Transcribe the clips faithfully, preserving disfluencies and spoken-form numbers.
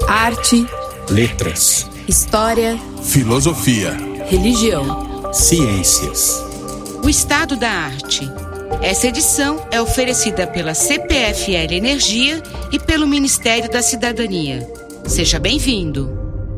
Arte, letras, história, filosofia, religião, ciências. O Estado da Arte. Essa edição é oferecida pela C P F L Energia e pelo Ministério da Cidadania. Seja bem-vindo.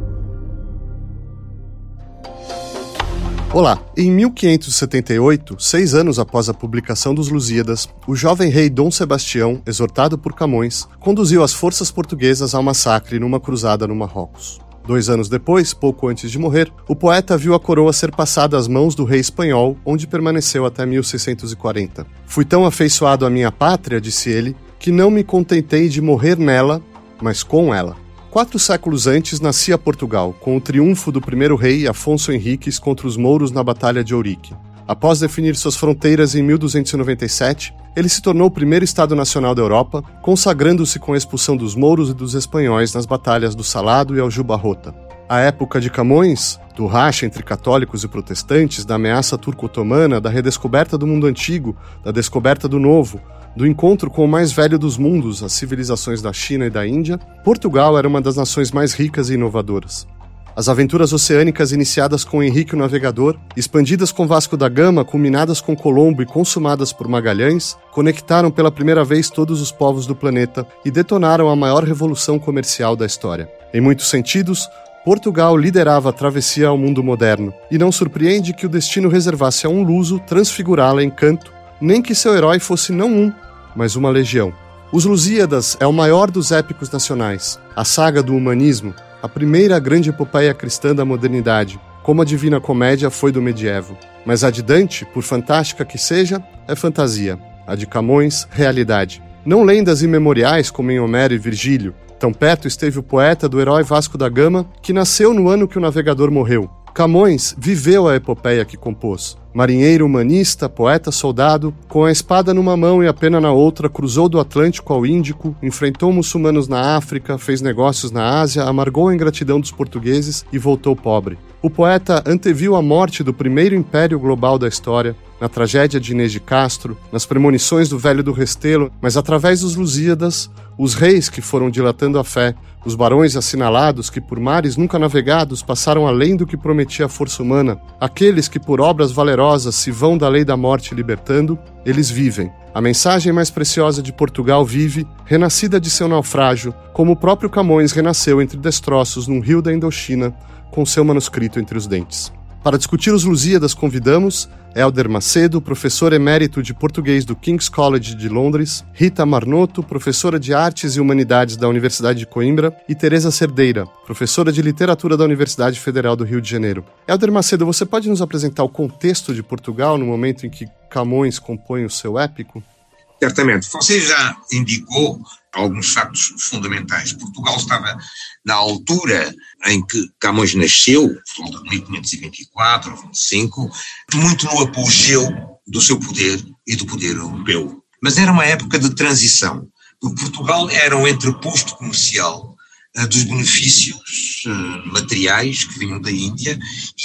Olá, em mil quinhentos e setenta e oito, seis anos após a publicação dos Lusíadas, o jovem rei Dom Sebastião, exortado por Camões, conduziu as forças portuguesas ao massacre numa cruzada no Marrocos. Dois anos depois, pouco antes de morrer, o poeta viu a coroa ser passada às mãos do rei espanhol, onde permaneceu até mil seiscentos e quarenta. Fui tão afeiçoado à minha pátria, disse ele, que não me contentei de morrer nela, mas com ela. Quatro séculos antes nascia Portugal, com o triunfo do primeiro rei Afonso Henriques contra os mouros na Batalha de Ourique. Após definir suas fronteiras em mil duzentos e noventa e sete, ele se tornou o primeiro Estado Nacional da Europa, consagrando-se com a expulsão dos mouros e dos espanhóis nas batalhas do Salado e Aljubarrota. A época de Camões, do racha entre católicos e protestantes, da ameaça turco-otomana, da redescoberta do mundo antigo, da descoberta do novo, do encontro com o mais velho dos mundos, as civilizações da China e da Índia, Portugal era uma das nações mais ricas e inovadoras. As aventuras oceânicas iniciadas com Henrique o Navegador, expandidas com Vasco da Gama, culminadas com Colombo e consumadas por Magalhães, conectaram pela primeira vez todos os povos do planeta e detonaram a maior revolução comercial da história. Em muitos sentidos, Portugal liderava a travessia ao mundo moderno, e não surpreende que o destino reservasse a um luso transfigurá-la em canto, nem que seu herói fosse não um, mas uma legião. Os Lusíadas é o maior dos épicos nacionais, a saga do humanismo, a primeira grande epopeia cristã da modernidade, como a Divina Comédia foi do medievo. Mas a de Dante, por fantástica que seja, é fantasia. A de Camões, realidade. Não lendas imemoriais como em Homero e Virgílio. Tão perto esteve o poeta do herói Vasco da Gama, que nasceu no ano que o navegador morreu. Camões viveu a epopeia que compôs. Marinheiro humanista, poeta-soldado, com a espada numa mão e a pena na outra, cruzou do Atlântico ao Índico, enfrentou muçulmanos na África, fez negócios na Ásia, amargou a ingratidão dos portugueses e voltou pobre. O poeta anteviu a morte do primeiro império global da história, na tragédia de Inês de Castro, nas premonições do Velho do Restelo, mas através dos Lusíadas, os reis que foram dilatando a fé, os barões assinalados que por mares nunca navegados passaram além do que prometia a força humana, aqueles que por obras valerosas se vão da lei da morte libertando, eles vivem. A mensagem mais preciosa de Portugal vive, renascida de seu naufrágio, como o próprio Camões renasceu entre destroços num rio da Indochina, com seu manuscrito entre os dentes. Para discutir os Lusíadas convidamos Hélder Macedo, professor emérito de português do King's College de Londres, Rita Marnoto, professora de Artes e Humanidades da Universidade de Coimbra, e Teresa Cerdeira, professora de Literatura da Universidade Federal do Rio de Janeiro. Hélder Macedo, você pode nos apresentar o contexto de Portugal no momento em que Camões compõe o seu épico? Certamente. Você já indicou alguns fatos fundamentais. Portugal estava na altura em que Camões nasceu, mil quinhentos e vinte e quatro ou vinte e cinco, muito no apogeu do seu poder e do poder europeu. Mas era uma época de transição, porque Portugal era um entreposto comercial uh, dos benefícios uh, materiais que vinham da Índia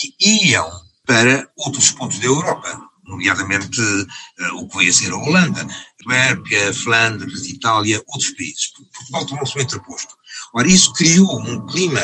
e iam para outros pontos da Europa, nomeadamente uh, o que veio a ser a Holanda, Bélgica, Flandres, Itália, outros países. Portugal tornou-se um entreposto. Ora, isso criou um clima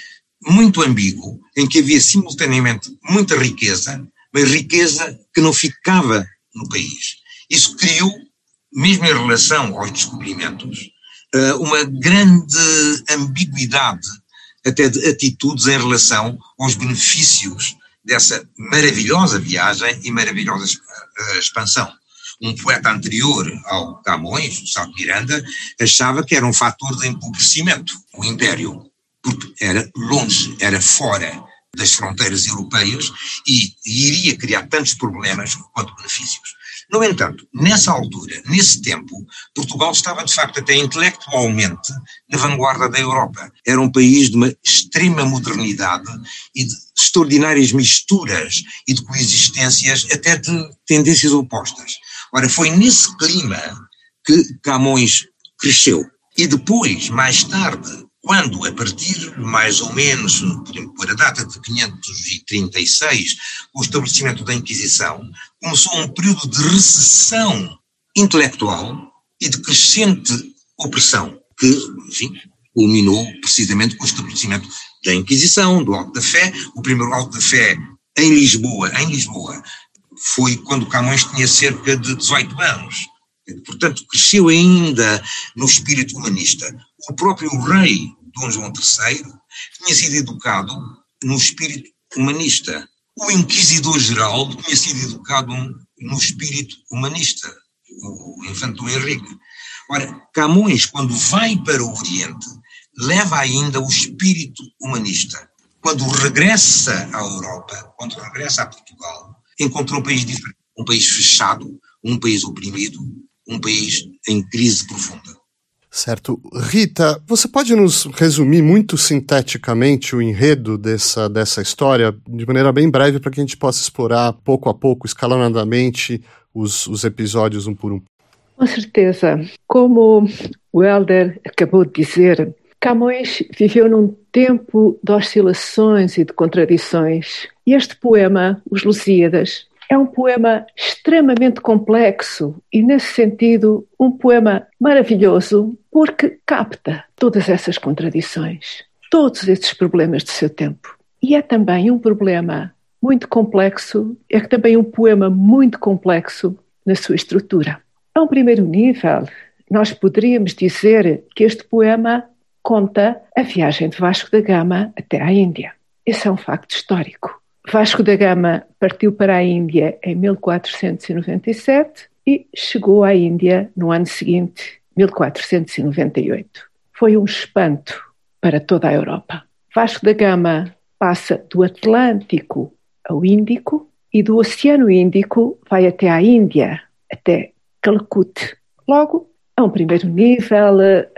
muito ambíguo, em que havia simultaneamente muita riqueza, mas riqueza que não ficava no país. Isso criou, mesmo em relação aos descobrimentos, uh, uma grande ambiguidade até de atitudes em relação aos benefícios dessa maravilhosa viagem e maravilhosa expansão. Um poeta anterior ao Camões, o Sá de Miranda, achava que era um fator de empobrecimento, o Império, porque era longe, era fora das fronteiras europeias e, e iria criar tantos problemas quanto benefícios. No entanto, nessa altura, nesse tempo, Portugal estava de facto até intelectualmente na vanguarda da Europa. Era um país de uma extrema modernidade e de extraordinárias misturas e de coexistências até de tendências opostas. Ora, foi nesse clima que Camões cresceu. E depois, mais tarde, quando, a partir mais ou menos, podemos pôr a data de quinhentos e trinta e seis, o estabelecimento da Inquisição, começou um período de recessão intelectual e de crescente opressão, que, enfim, culminou precisamente com o estabelecimento da Inquisição, do Auto da Fé. O primeiro Auto da Fé em Lisboa, em Lisboa, foi quando Camões tinha cerca de dezoito anos. Portanto, cresceu ainda no espírito humanista. O próprio rei Dom João terceiro tinha sido educado no espírito humanista. O inquisidor-geral tinha sido educado no espírito humanista, o infante Dom Henrique. Ora, Camões, quando vai para o Oriente, leva ainda o espírito humanista. Quando regressa à Europa, quando regressa a Portugal, encontrou um país diferente, um país fechado, um país oprimido, um país em crise profunda. Certo. Rita, você pode nos resumir muito sinteticamente o enredo dessa, dessa história, de maneira bem breve, para que a gente possa explorar pouco a pouco, escalonadamente, os, os episódios um por um? Com certeza. Como o Hélder acabou de dizer, Camões viveu num tempo de oscilações e de contradições. E este poema, Os Lusíadas, é um poema extremamente complexo e, nesse sentido, um poema maravilhoso porque capta todas essas contradições, todos esses problemas do seu tempo. E é também um problema muito complexo, é também um poema muito complexo na sua estrutura. A um primeiro nível, nós poderíamos dizer que este poema conta a viagem de Vasco da Gama até à Índia. Esse é um facto histórico. Vasco da Gama partiu para a Índia em mil quatrocentos e noventa e sete e chegou à Índia no ano seguinte, mil quatrocentos e noventa e oito. Foi um espanto para toda a Europa. Vasco da Gama passa do Atlântico ao Índico e do Oceano Índico vai até à Índia, até Calcute. Logo, a um primeiro nível,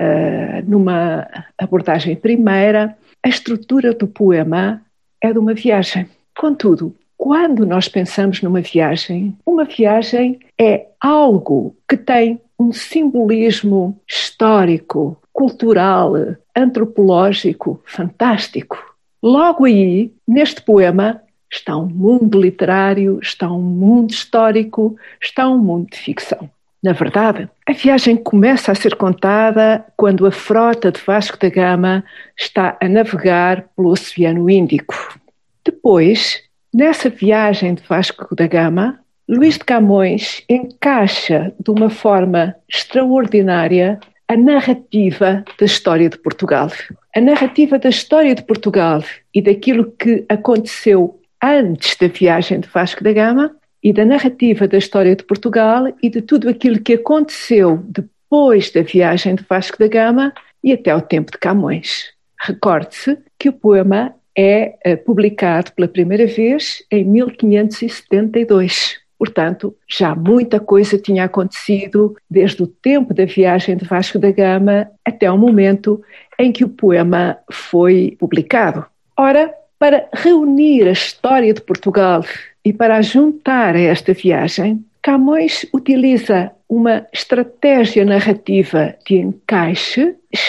uh, numa abordagem primeira, a estrutura do poema é de uma viagem. Contudo, quando nós pensamos numa viagem, uma viagem é algo que tem um simbolismo histórico, cultural, antropológico, fantástico. Logo aí, neste poema, está um mundo literário, está um mundo histórico, está um mundo de ficção. Na verdade, a viagem começa a ser contada quando a frota de Vasco da Gama está a navegar pelo Oceano Índico. Depois, nessa viagem de Vasco da Gama, Luís de Camões encaixa de uma forma extraordinária a narrativa da história de Portugal. A narrativa da história de Portugal e daquilo que aconteceu antes da viagem de Vasco da Gama e da narrativa da história de Portugal e de tudo aquilo que aconteceu depois da viagem de Vasco da Gama e até ao tempo de Camões. Recorde-se que o poema é uh, publicado pela primeira vez em mil quinhentos e setenta e dois. Portanto, já muita coisa tinha acontecido desde o tempo da viagem de Vasco da Gama até o momento em que o poema foi publicado. Ora, para reunir a história de Portugal e para a juntar a esta viagem, Camões utiliza uma estratégia narrativa de encaixe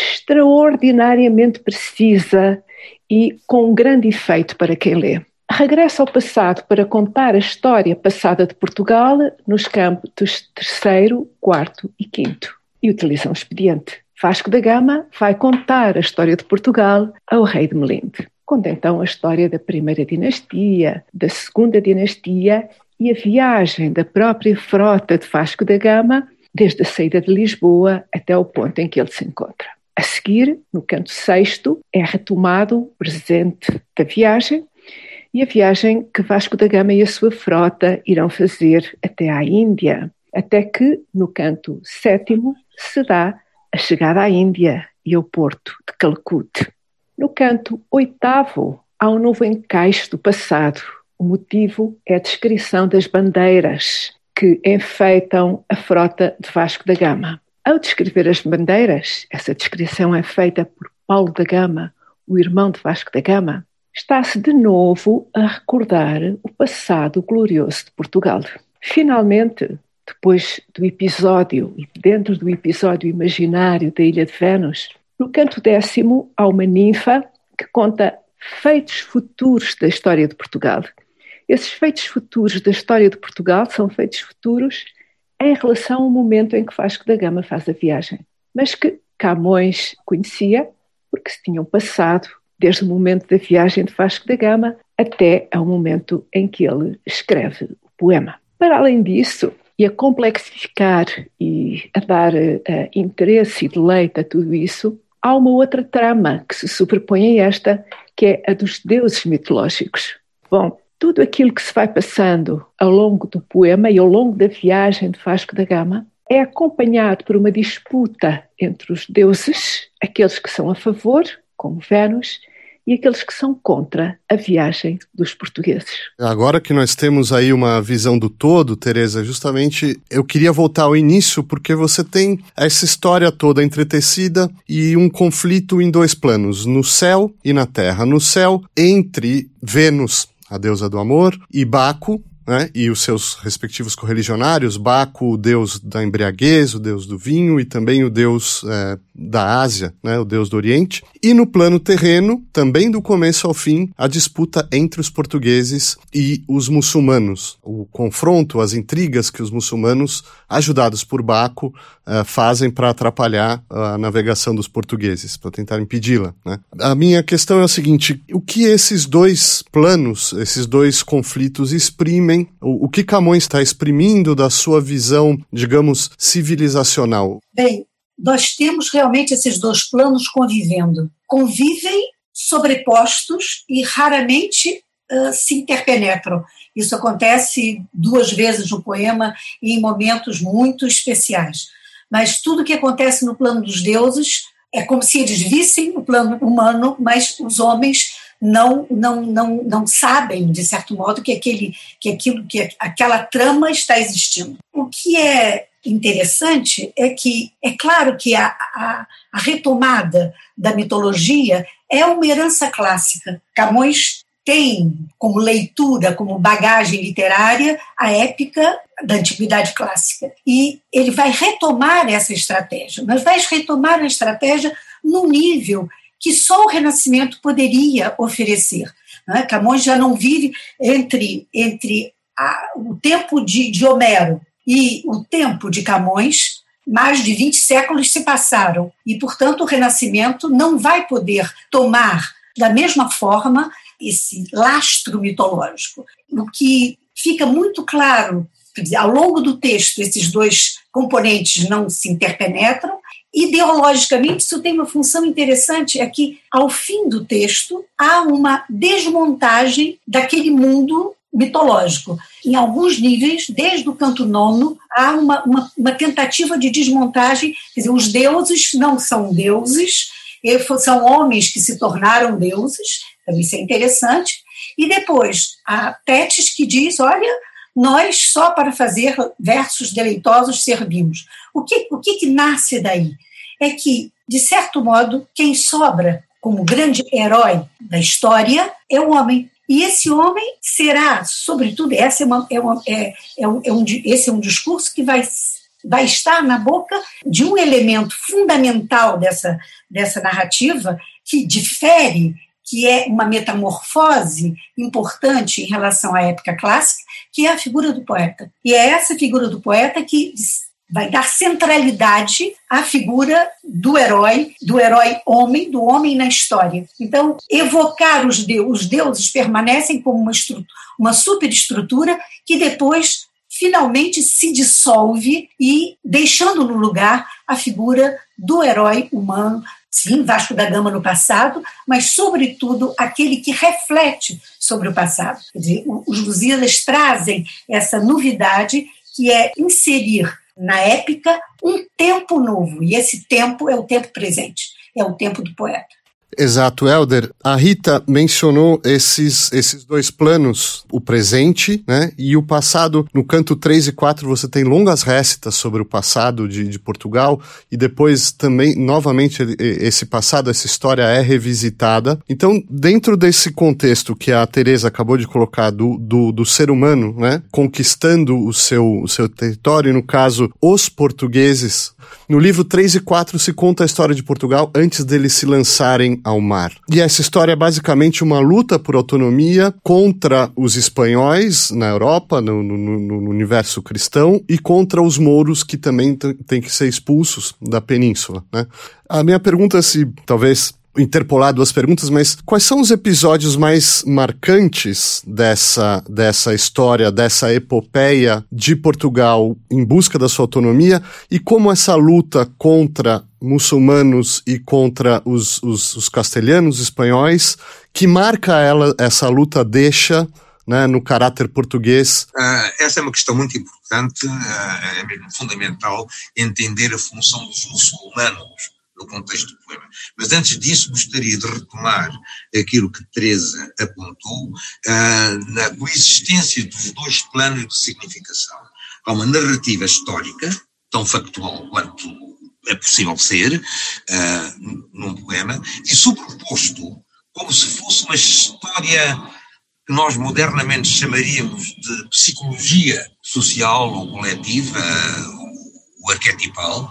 extraordinariamente precisa e com um grande efeito para quem lê. Regressa ao passado para contar a história passada de Portugal nos campos terceiro, quarto e quinto. E utiliza um expediente. Vasco da Gama vai contar a história de Portugal ao rei de Melinde. Conta então a história da primeira dinastia, da segunda dinastia e a viagem da própria frota de Vasco da Gama desde a saída de Lisboa até o ponto em que ele se encontra. A seguir, no canto sexto, é retomado o presente da viagem e a viagem que Vasco da Gama e a sua frota irão fazer até à Índia, até que, no canto sétimo, se dá a chegada à Índia e ao porto de Calcute. No canto oitavo, há um novo encaixe do passado. O motivo é a descrição das bandeiras que enfeitam a frota de Vasco da Gama. Ao descrever as bandeiras, essa descrição é feita por Paulo da Gama, o irmão de Vasco da Gama, está-se de novo a recordar o passado glorioso de Portugal. Finalmente, depois do episódio, e dentro do episódio imaginário da Ilha de Vênus, no canto décimo há uma ninfa que conta feitos futuros da história de Portugal. Esses feitos futuros da história de Portugal são feitos futuros em relação ao momento em que Vasco da Gama faz a viagem, mas que Camões conhecia porque se tinham passado desde o momento da viagem de Vasco da Gama até ao momento em que ele escreve o poema. Para além disso, e a complexificar e a dar uh, interesse e deleite a tudo isso, há uma outra trama que se sobrepõe a esta, que é a dos deuses mitológicos. Bom, tudo aquilo que se vai passando ao longo do poema e ao longo da viagem de Vasco da Gama é acompanhado por uma disputa entre os deuses, aqueles que são a favor, como Vênus, e aqueles que são contra a viagem dos portugueses. Agora que nós temos aí uma visão do todo, Teresa, justamente eu queria voltar ao início, porque você tem essa história toda entretecida e um conflito em dois planos, no céu e na terra. No céu, entre Vênus, a deusa do amor, e Baco, né, e os seus respectivos correligionários, Baco, o deus da embriaguez, o deus do vinho, e também o deus é, da Ásia, né, o deus do Oriente. E no plano terreno, também do começo ao fim, a disputa entre os portugueses e os muçulmanos. O confronto, as intrigas que os muçulmanos, ajudados por Baco, uh, fazem para atrapalhar a navegação dos portugueses, para tentar impedi-la, né? A minha questão é a seguinte: o que esses dois planos, esses dois conflitos exprimem, o, o que Camões está exprimindo da sua visão, digamos, civilizacional? Bem, nós temos realmente esses dois planos convivendo. Convivem sobrepostos e raramente uh, se interpenetram. Isso acontece duas vezes no poema e em momentos muito especiais. Mas tudo que acontece no plano dos deuses é como se eles vissem o plano humano, mas os homens não, não, não, não sabem, de certo modo, que, aquele, que, aquilo, que aquela trama está existindo. O que é interessante é que, é claro que a, a, a retomada da mitologia é uma herança clássica. Camões tem como leitura, como bagagem literária, a épica da Antiguidade Clássica. E ele vai retomar essa estratégia, mas vai retomar a estratégia num nível que só o Renascimento poderia oferecer. Né? Camões já não vive entre, entre a, o tempo de, de Homero e o tempo de Camões, mais de vinte séculos se passaram, e, portanto, o Renascimento não vai poder tomar da mesma forma esse lastro mitológico. O que fica muito claro, quer dizer, ao longo do texto, esses dois componentes não se interpenetram. Ideologicamente, isso tem uma função interessante, é que, ao fim do texto, há uma desmontagem daquele mundo mitológico. Em alguns níveis, desde o canto nono, há uma, uma, uma tentativa de desmontagem, quer dizer, os deuses não são deuses, são homens que se tornaram deuses, então isso é interessante. E depois, há Tétis que diz, olha, nós só para fazer versos deleitosos servimos. O que, o que, que nasce daí? É que, de certo modo, quem sobra como grande herói da história é o homem. E esse homem será, sobretudo, essa é uma, é uma, é, é um, é um, esse é um discurso que vai, vai estar na boca de um elemento fundamental dessa, dessa narrativa que difere, que é uma metamorfose importante em relação à época clássica, que é a figura do poeta. E é essa figura do poeta que vai dar centralidade à figura do herói, do herói homem, do homem na história. Então, evocar os, de- os deuses permanecem como uma, estru- uma superestrutura que depois, finalmente, se dissolve e deixando no lugar a figura do herói humano, sim, Vasco da Gama no passado, mas, sobretudo, aquele que reflete sobre o passado. Quer dizer, os Lusíadas trazem essa novidade que é inserir na épica um tempo novo, e esse tempo é o tempo presente, é o tempo do poeta. Exato, Helder. A Rita mencionou esses, esses dois planos, o presente, né, e o passado. No canto três e quatro você tem longas récitas sobre o passado de, de Portugal, e depois também, novamente, esse passado, essa história é revisitada. Então, dentro desse contexto que a Teresa acabou de colocar do, do, do ser humano, né, conquistando o seu, o seu território, no caso, os portugueses, no livro três e quatro se conta a história de Portugal antes deles se lançarem ao mar. E essa história é basicamente uma luta por autonomia contra os espanhóis na Europa, no, no, no universo cristão, e contra os mouros que também t- têm que ser expulsos da península, né? A minha pergunta, se talvez interpolar duas perguntas, mas quais são os episódios mais marcantes dessa, dessa história, dessa epopeia de Portugal em busca da sua autonomia, e como essa luta contra muçulmanos e contra os, os, os castelhanos, espanhóis, que marca ela, essa luta deixa, né, no caráter português? Uh, essa é uma questão muito importante, uh, é mesmo fundamental entender a função dos muçulmanos no contexto do poema. Mas antes disso gostaria de retomar aquilo que Teresa apontou, uh, na coexistência dos dois planos de significação. Há uma narrativa histórica, tão factual quanto é possível ser, uh, num poema, e sobreposto como se fosse uma história que nós modernamente chamaríamos de psicologia social ou coletiva, o arquetipal,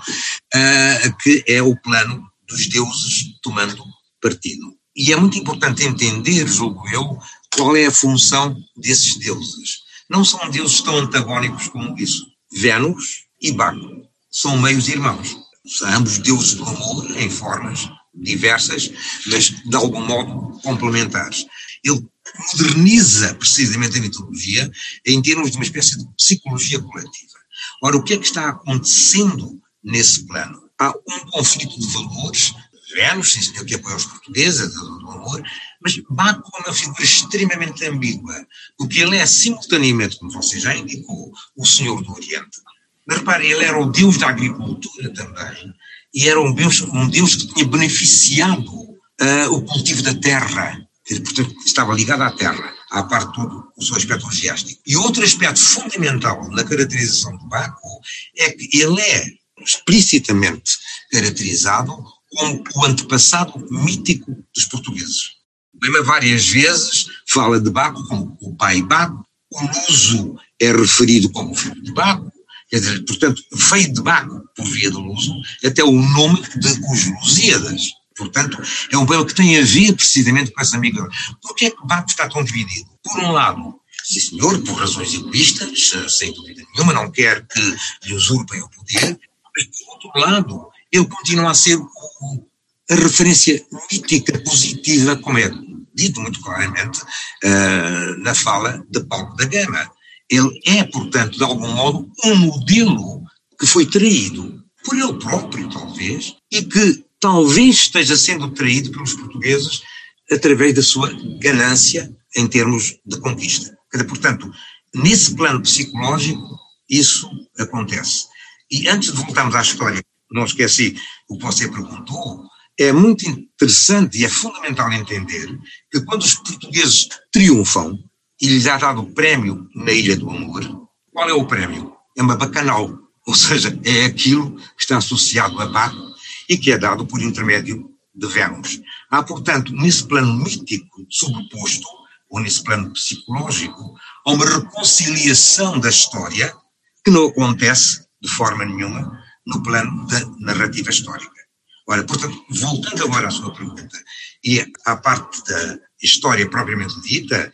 uh, que é o plano dos deuses tomando partido. E é muito importante entender, julgo eu, qual é a função desses deuses. Não são deuses tão antagónicos como isso. Vênus e Baco são meios irmãos. São ambos deuses do amor em formas diversas, mas de algum modo complementares. Ele moderniza precisamente a mitologia em termos de uma espécie de psicologia coletiva. Ora, o que é que está acontecendo nesse plano? Há um conflito de valores, Vênus, sim senhor, que apoia os portugueses, do amor, mas Baco é uma figura extremamente ambígua, porque ele é simultaneamente, como você já indicou, o senhor do Oriente. Mas repare, ele era o deus da agricultura também, e era um deus, um deus que tinha beneficiado uh, o cultivo da terra, que, portanto, estava ligado à terra, à parte todo o seu aspecto orgiástico. E outro aspecto fundamental na caracterização de Baco é que ele é explicitamente caracterizado como o antepassado mítico dos portugueses. O poema várias vezes fala de Baco como o pai Baco, o Luso é referido como o filho de Baco, quer dizer, portanto, veio de Baco por via do Luso até o nome de os Lusíadas. Portanto, é um poema que tem a ver precisamente com essa migração. Por que é que Baco está tão dividido? Por um lado, sim senhor, por razões egoístas, sem dúvida nenhuma, não quer que lhe usurpem o poder, mas por outro lado, ele continua a ser o, a referência mítica positiva, como é dito muito claramente uh, na fala de Paulo da Gama. Ele é, portanto, de algum modo, um modelo que foi traído por ele próprio, talvez, e que talvez esteja sendo traído pelos portugueses através da sua ganância em termos de conquista. Portanto, nesse plano psicológico, isso acontece. E antes de voltarmos à história, não esqueci o que você perguntou, é muito interessante e é fundamental entender que quando os portugueses triunfam e lhes é dado o prémio na Ilha do Amor, qual é o prémio? É uma bacanal, ou seja, é aquilo que está associado a Baco e que é dado por intermédio de Vênus. Há, portanto, nesse plano mítico sobreposto, ou nesse plano psicológico, há uma reconciliação da história que não acontece de forma nenhuma no plano da narrativa histórica. Ora, portanto, voltando agora à sua pergunta, e à parte da história propriamente dita,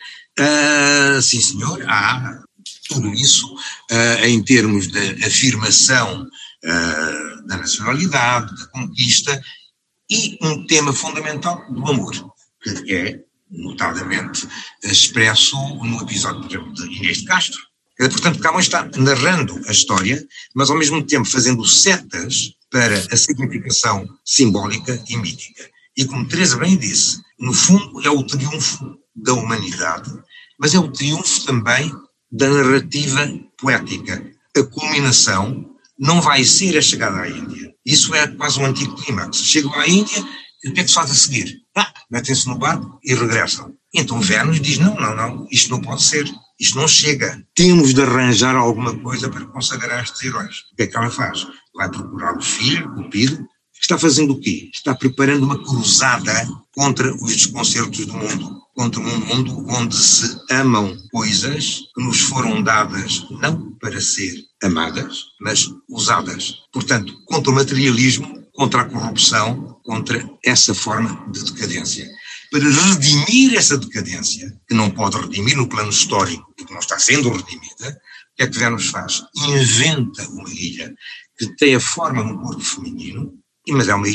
uh, sim senhor, há tudo isso uh, em termos de afirmação uh, da nacionalidade, da conquista, e um tema fundamental do amor, que é notadamente expresso no episódio, por exemplo, de Inês de Castro. Portanto, Camões está narrando a história, mas ao mesmo tempo fazendo setas para a significação simbólica e mítica. E como Teresa bem disse, no fundo é o triunfo da humanidade, mas é o triunfo também da narrativa poética. A culminação não vai ser a chegada à Índia. Isso é quase um antigo clímax. Chegam à Índia e o que é que se faz a seguir? Ah, metem-se no barco e regressam. Então Vênus diz, não, não, não, isto não pode ser. Isto não chega. Temos de arranjar alguma coisa para consagrar estes heróis. O que é que ela faz? Vai procurar o filho, o Cupido. Está fazendo o quê? Está preparando uma cruzada contra os desconcertos do mundo. Contra um mundo onde se amam coisas que nos foram dadas não para ser amadas, mas usadas. Portanto, contra o materialismo, contra a corrupção, contra essa forma de decadência. Para redimir essa decadência, que não pode redimir no plano histórico, porque não está sendo redimida, o que é que Vênus faz? Inventa uma ilha que tem a forma de um corpo feminino, mas é uma ilha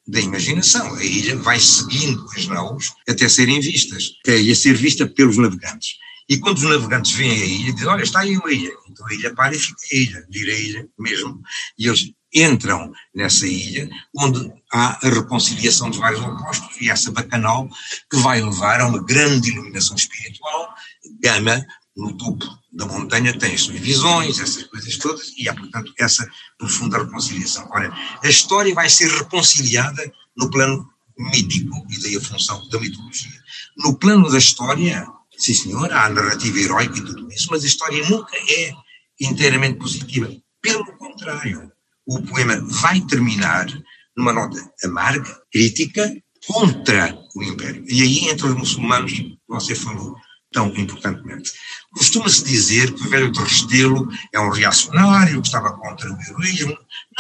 da imaginação. A ilha vai seguindo as naus até serem vistas, até a ser vista pelos navegantes. E quando os navegantes veem a ilha, dizem, olha, está aí uma ilha. Então a ilha para e fica a ilha, vira a ilha mesmo. E eles entram nessa ilha, onde há a reconciliação dos vários opostos e essa bacanal que vai levar a uma grande iluminação espiritual. Gama, no topo da montanha, tem as suas visões, essas coisas todas, e há, portanto, essa profunda reconciliação. Ora, a história vai ser reconciliada no plano mítico, e daí a função da mitologia. No plano da história, sim senhor, há a narrativa heroica e tudo isso, mas a história nunca é inteiramente positiva. Pelo contrário, o poema vai terminar numa nota amarga, crítica, contra o Império. E aí entre os muçulmanos, você falou tão importantemente. Costuma-se dizer que o velho de Restelo é um reacionário que estava contra o heroísmo.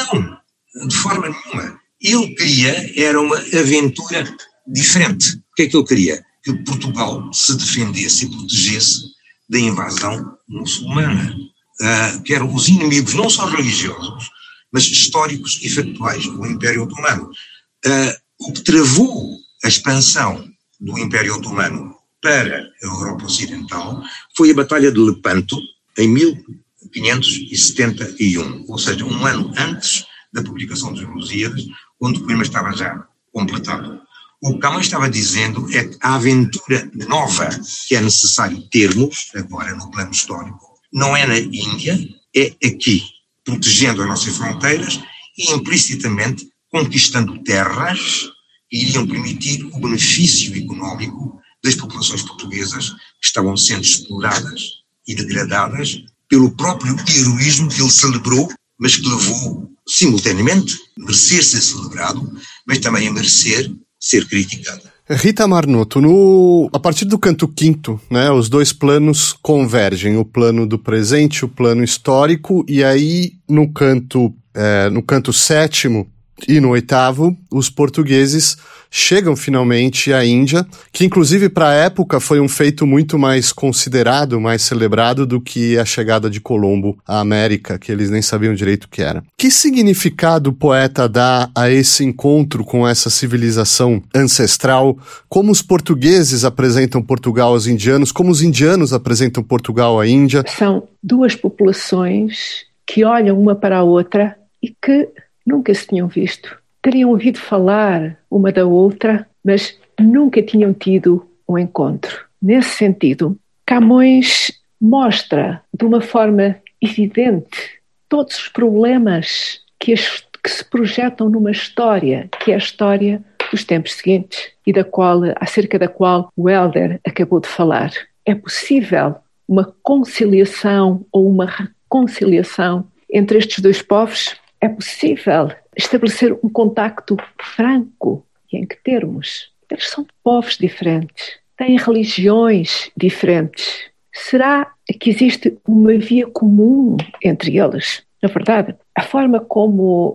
Não, de forma nenhuma. Ele queria, era uma aventura diferente. O que é que ele queria? Que Portugal se defendesse e protegesse da invasão muçulmana. Uh, que eram os inimigos não só religiosos, mas históricos e factuais do Império Otomano. Uh, o que travou a expansão do Império Otomano para a Europa Ocidental foi a Batalha de Lepanto, em mil quinhentos e setenta e um, ou seja, um ano antes da publicação dos Lusíadas, onde o poema estava já completado. O que Camões estava dizendo é que a aventura nova que é necessário termos, agora no plano histórico, não é na Índia, é aqui, protegendo as nossas fronteiras e implicitamente conquistando terras que iriam permitir o benefício económico das populações portuguesas que estavam sendo exploradas e degradadas pelo próprio heroísmo que ele celebrou, mas que levou simultaneamente a merecer ser celebrado, mas também a merecer ser criticado. Rita Marnotto, no, a partir do canto quinto, né, os dois planos convergem, o plano do presente, o plano histórico, e aí no canto, é, no canto sétimo e no oitavo, os portugueses chegam finalmente à Índia, que inclusive para a época foi um feito muito mais considerado, mais celebrado do que a chegada de Colombo à América, que eles nem sabiam direito o que era. Que significado o poeta dá a esse encontro com essa civilização ancestral? Como os portugueses apresentam Portugal aos indianos? Como os indianos apresentam Portugal à Índia? São duas populações que olham uma para a outra e que nunca se tinham visto. Teriam ouvido falar uma da outra, mas nunca tinham tido um encontro. Nesse sentido, Camões mostra de uma forma evidente todos os problemas que, as, que se projetam numa história, que é a história dos tempos seguintes e da qual, acerca da qual o Helder acabou de falar. É possível uma conciliação ou uma reconciliação entre estes dois povos? É possível estabelecer um contacto franco? E em que termos? Eles são povos diferentes, têm religiões diferentes. Será que existe uma via comum entre eles? Na verdade, a forma como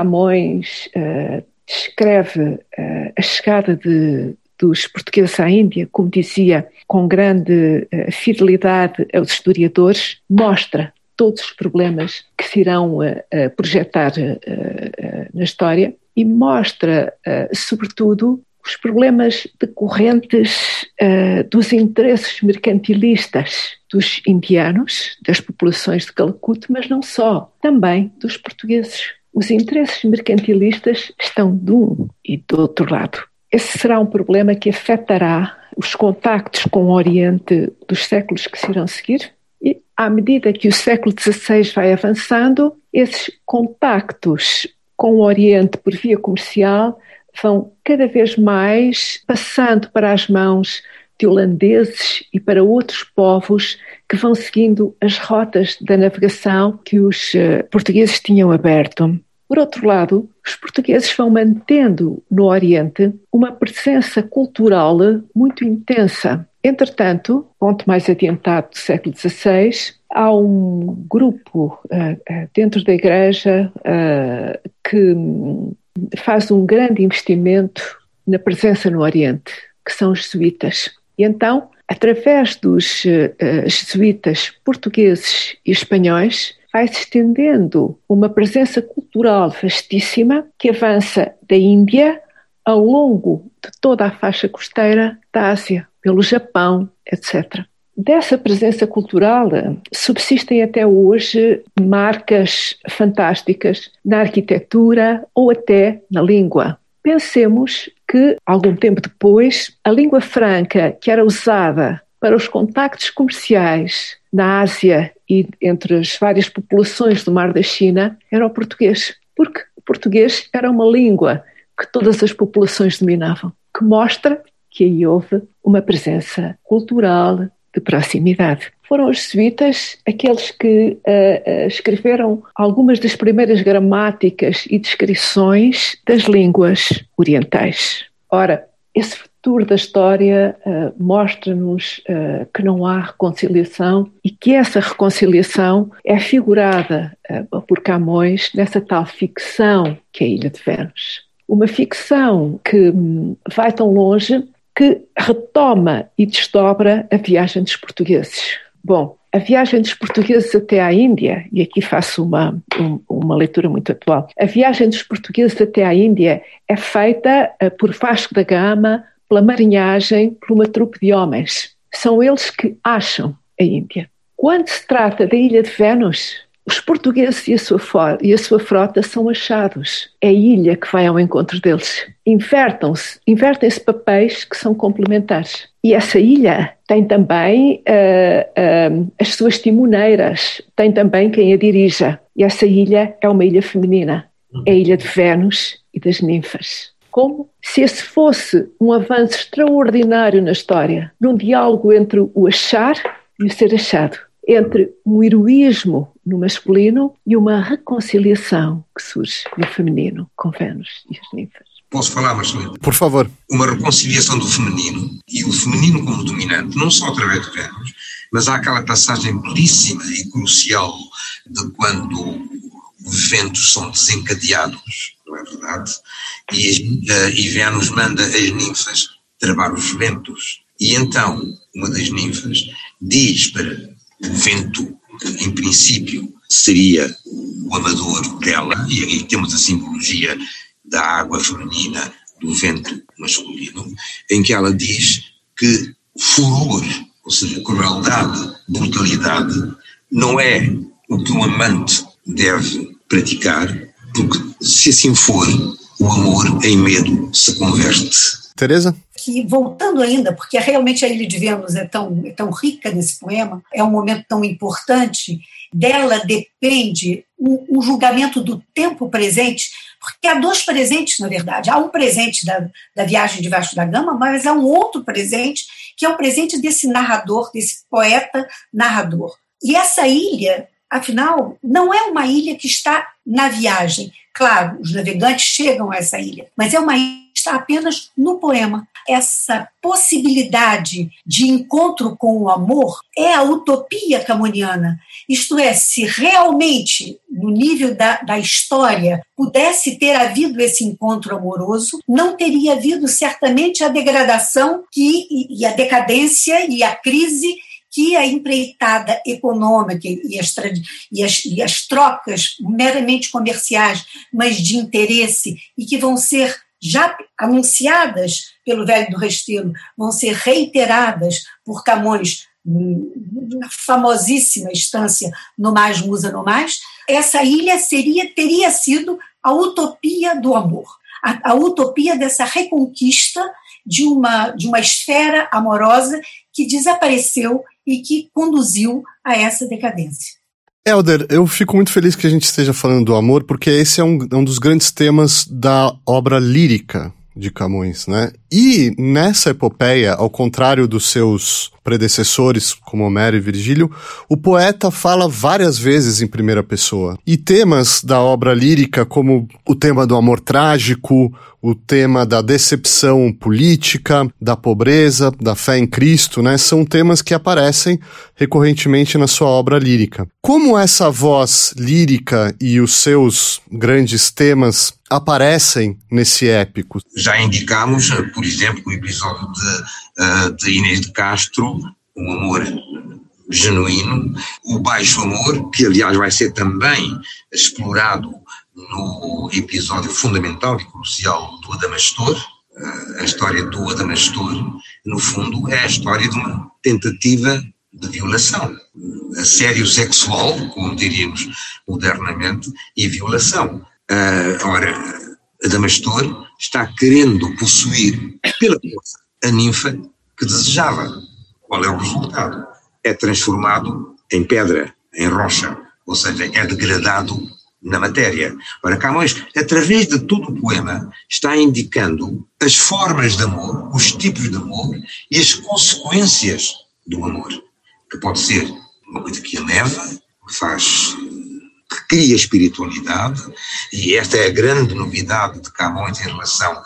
Camões uh, descreve uh, a chegada de, dos portugueses à Índia, como dizia, com grande uh, fidelidade aos historiadores, mostra todos os problemas que se irão uh, uh, projetar uh, uh, na história e mostra, uh, sobretudo, os problemas decorrentes uh, dos interesses mercantilistas dos indianos, das populações de Calcuta, mas não só, também dos portugueses. Os interesses mercantilistas estão de um e do outro lado. Esse será um problema que afetará os contactos com o Oriente dos séculos que se irão seguir. E, à medida que o século dezasseis vai avançando, esses contactos com o Oriente por via comercial vão cada vez mais passando para as mãos de holandeses e para outros povos que vão seguindo as rotas da navegação que os uh, portugueses tinham aberto. Por outro lado, os portugueses vão mantendo no Oriente uma presença cultural muito intensa. Entretanto, ponto mais adiantado do século dezasseis, há um grupo uh, dentro da Igreja uh, que faz um grande investimento na presença no Oriente, que são os jesuítas. E então, através dos uh, jesuítas portugueses e espanhóis, vai se estendendo uma presença cultural vastíssima que avança da Índia ao longo de toda a faixa costeira da Ásia, pelo Japão, etcétera. Dessa presença cultural subsistem até hoje marcas fantásticas na arquitetura ou até na língua. Pensemos que, algum tempo depois, a língua franca que era usada para os contactos comerciais na Ásia e entre as várias populações do Mar da China era o português, porque o português era uma língua que todas as populações dominavam, que mostra que aí houve uma presença cultural de proximidade. Foram os jesuítas aqueles que uh, uh, escreveram algumas das primeiras gramáticas e descrições das línguas orientais. Ora, esse futuro da história uh, mostra-nos uh, que não há reconciliação e que essa reconciliação é figurada uh, por Camões nessa tal ficção que é a Ilha de Vênus. Uma ficção que um, vai tão longe que retoma e desdobra a viagem dos portugueses. Bom, a viagem dos portugueses até à Índia, e aqui faço uma, um, uma leitura muito atual, a viagem dos portugueses até à Índia é feita uh, por Vasco da Gama, pela marinhagem, por uma trupe de homens. São eles que acham a Índia. Quando se trata da Ilha de Vênus, os portugueses e a sua, for- e a sua frota são achados. É a ilha que vai ao encontro deles. Invertam-se, invertem-se papéis que são complementares. E essa ilha tem também uh, uh, as suas timoneiras, tem também quem a dirija. E essa ilha é uma ilha feminina. É a Ilha de Vênus e das ninfas. Como se esse fosse um avanço extraordinário na história, num diálogo entre o achar e o ser achado, entre um heroísmo no masculino e uma reconciliação que surge no feminino com Vênus e as ninfas. Posso falar, Marcelino? Por favor. Uma reconciliação do feminino, e o feminino como dominante, não só através de Vênus, mas há aquela passagem belíssima e crucial de quando os ventos são desencadeados, não é verdade? E, uh, e Vênus manda as ninfas travar os ventos. E então, uma das ninfas diz para o vento, que em princípio seria o amador dela, e aí temos a simbologia da água feminina, do vento masculino, em que ela diz que furor, ou seja, crueldade, brutalidade, não é o que um amante deve praticar, porque se assim for, o amor em medo se converte. Teresa? Que, voltando ainda, porque realmente a Ilha de Vênus é tão, é tão rica nesse poema, é um momento tão importante, dela depende um, um julgamento do tempo presente, porque há dois presentes, na verdade. Há um presente da, da viagem de Vasco da Gama, mas há um outro presente, que é o presente desse narrador, desse poeta narrador. E essa ilha, afinal, não é uma ilha que está na viagem. Claro, os navegantes chegam a essa ilha, mas é uma ilha que está apenas no poema. Essa possibilidade de encontro com o amor é a utopia camoniana. Isto é, se realmente, no nível da, da história, pudesse ter havido esse encontro amoroso, não teria havido certamente a degradação que, e, e a decadência e a crise que a empreitada econômica e as, e, as, e as trocas meramente comerciais, mas de interesse, e que vão ser já anunciadas pelo Velho do Restelo, vão ser reiteradas por Camões na famosíssima estância No Mais Musa No Mais, essa ilha seria, teria sido a utopia do amor, a, a utopia dessa reconquista de uma, de uma esfera amorosa que desapareceu e que conduziu a essa decadência. Hélder, eu fico muito feliz que a gente esteja falando do amor, porque esse é um, um dos grandes temas da obra lírica de Camões, né? E nessa epopeia, ao contrário dos seus predecessores, como Homero e Virgílio, o poeta fala várias vezes em primeira pessoa. E temas da obra lírica, como o tema do amor trágico, o tema da decepção política, da pobreza, da fé em Cristo, né? São temas que aparecem recorrentemente na sua obra lírica. Como essa voz lírica e os seus grandes temas aparecem nesse épico? Já indicamos, por exemplo, o episódio de, de Inês de Castro, um amor genuíno, o baixo amor, que aliás vai ser também explorado no episódio fundamental e crucial do Adamastor. A história do Adamastor, no fundo, é a história de uma tentativa de violação, assédio sexual, como diríamos modernamente, e violação. Uh, ora, Adamastor está querendo possuir pela força a ninfa que desejava. Qual é o resultado? É transformado em pedra, em rocha, ou seja, é degradado na matéria. Ora, Camões, através de todo o poema, está indicando as formas de amor, os tipos de amor e as consequências do amor, que pode ser uma coisa que eleva, que faz, que cria espiritualidade, e esta é a grande novidade de Camões em relação,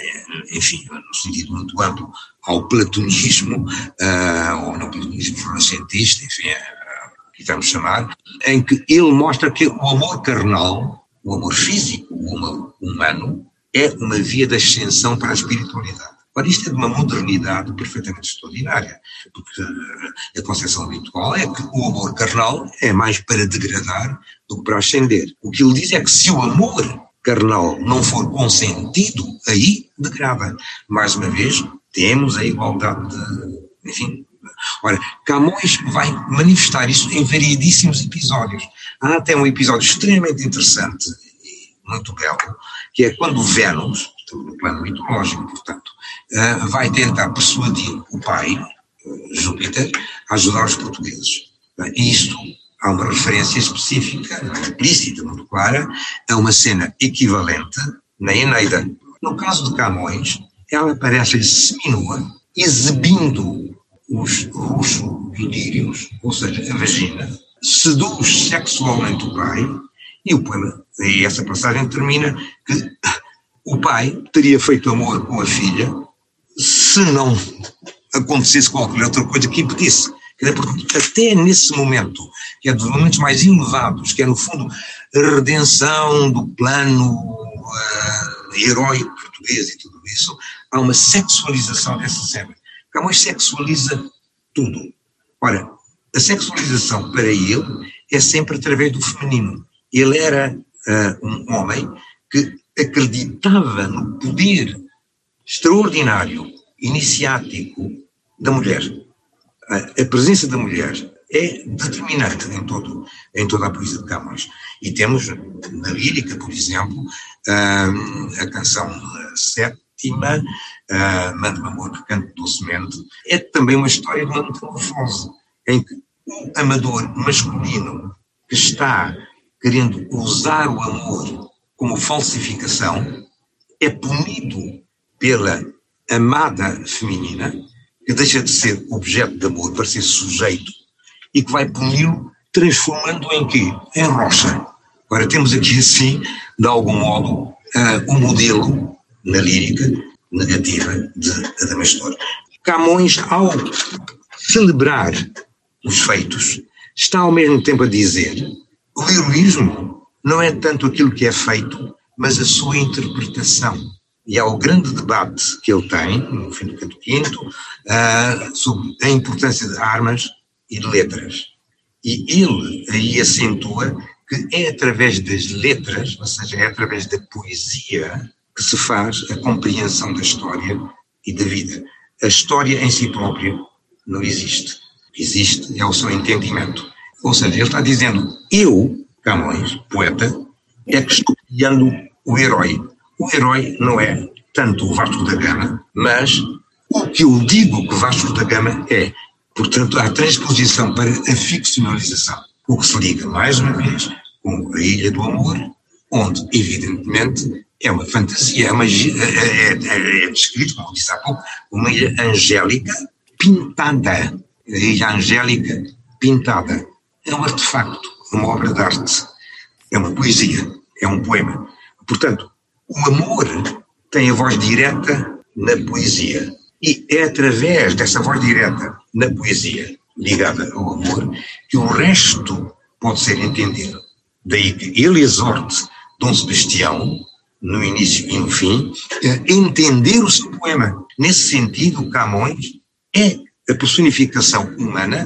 enfim, no sentido muito amplo, ao platonismo, uh, ou no platonismo renascentista, enfim, que vamos chamar, em que ele mostra que o amor carnal, o amor físico, o amor humano, é uma via de ascensão para a espiritualidade. Ora, isto é de uma modernidade perfeitamente extraordinária, porque a concepção habitual é que o amor carnal é mais para degradar do que para ascender. O que ele diz é que se o amor carnal não for consentido, aí degrada. Mais uma vez, temos a igualdade de, enfim. Ora, Camões vai manifestar isso em variedíssimos episódios. Há até um episódio extremamente interessante e muito belo, que é quando Vênus, no plano mitológico, portanto, vai tentar persuadir o pai, Júpiter, a ajudar os portugueses. E isto há uma referência específica, explícita, muito clara, a uma cena equivalente na Eneida. No caso de Camões, ela aparece seminua, exibindo os ruxo-ilírios, ou seja, a vagina, seduz sexualmente o pai, e o poema, e essa passagem termina que o pai teria feito amor com a filha se não acontecesse qualquer outra coisa que impedisse. Porque até nesse momento, que é dos momentos mais elevados, que é no fundo a redenção do plano uh, heróico português e tudo isso, há uma sexualização dessa cena. Camões sexualiza tudo. Ora, a sexualização para ele é sempre através do feminino. Ele era uh, um homem que acreditava no poder extraordinário, iniciático da mulher. A presença da mulher é determinante em, todo, em toda a poesia de Camões. E temos na lírica, por exemplo, a canção sétima, Manda-me Amor que Canto Docemente, é também uma história de uma metamorfose, em que o amador masculino que está querendo usar o amor como falsificação é punido pela amada feminina, que deixa de ser objeto de amor para ser sujeito e que vai puni-lo transformando-o em quê? Em rocha. Agora temos aqui assim, de algum modo, uh, um modelo na lírica negativa de Adamastor. Camões, ao celebrar os feitos, está ao mesmo tempo a dizer: o heroísmo não é tanto aquilo que é feito, mas a sua interpretação. E há o grande debate que ele tem, no fim do canto quinto, uh, sobre a importância de armas e de letras. E ele aí acentua que é através das letras, ou seja, é através da poesia, que se faz a compreensão da história e da vida. A história em si própria não existe. Existe é o seu entendimento. Ou seja, ele está dizendo: eu, Camões, poeta, é que estou criando o herói. O herói não é tanto o Vasco da Gama, mas o que eu digo que Vasco da Gama é. Portanto, há transposição para a ficcionalização, o que se liga, mais uma vez, com a Ilha do Amor, onde, evidentemente, é uma fantasia, é, uma, é, é, é descrito, como disse há pouco, uma ilha angélica pintada. A ilha angélica pintada. É um artefacto, uma obra de arte, é uma poesia, é um poema. Portanto, o amor tem a voz direta na poesia. E é através dessa voz direta na poesia, ligada ao amor, que o resto pode ser entendido. Daí que ele exorte Dom Sebastião, no início e no fim, a entender o seu poema. Nesse sentido, Camões é a personificação humana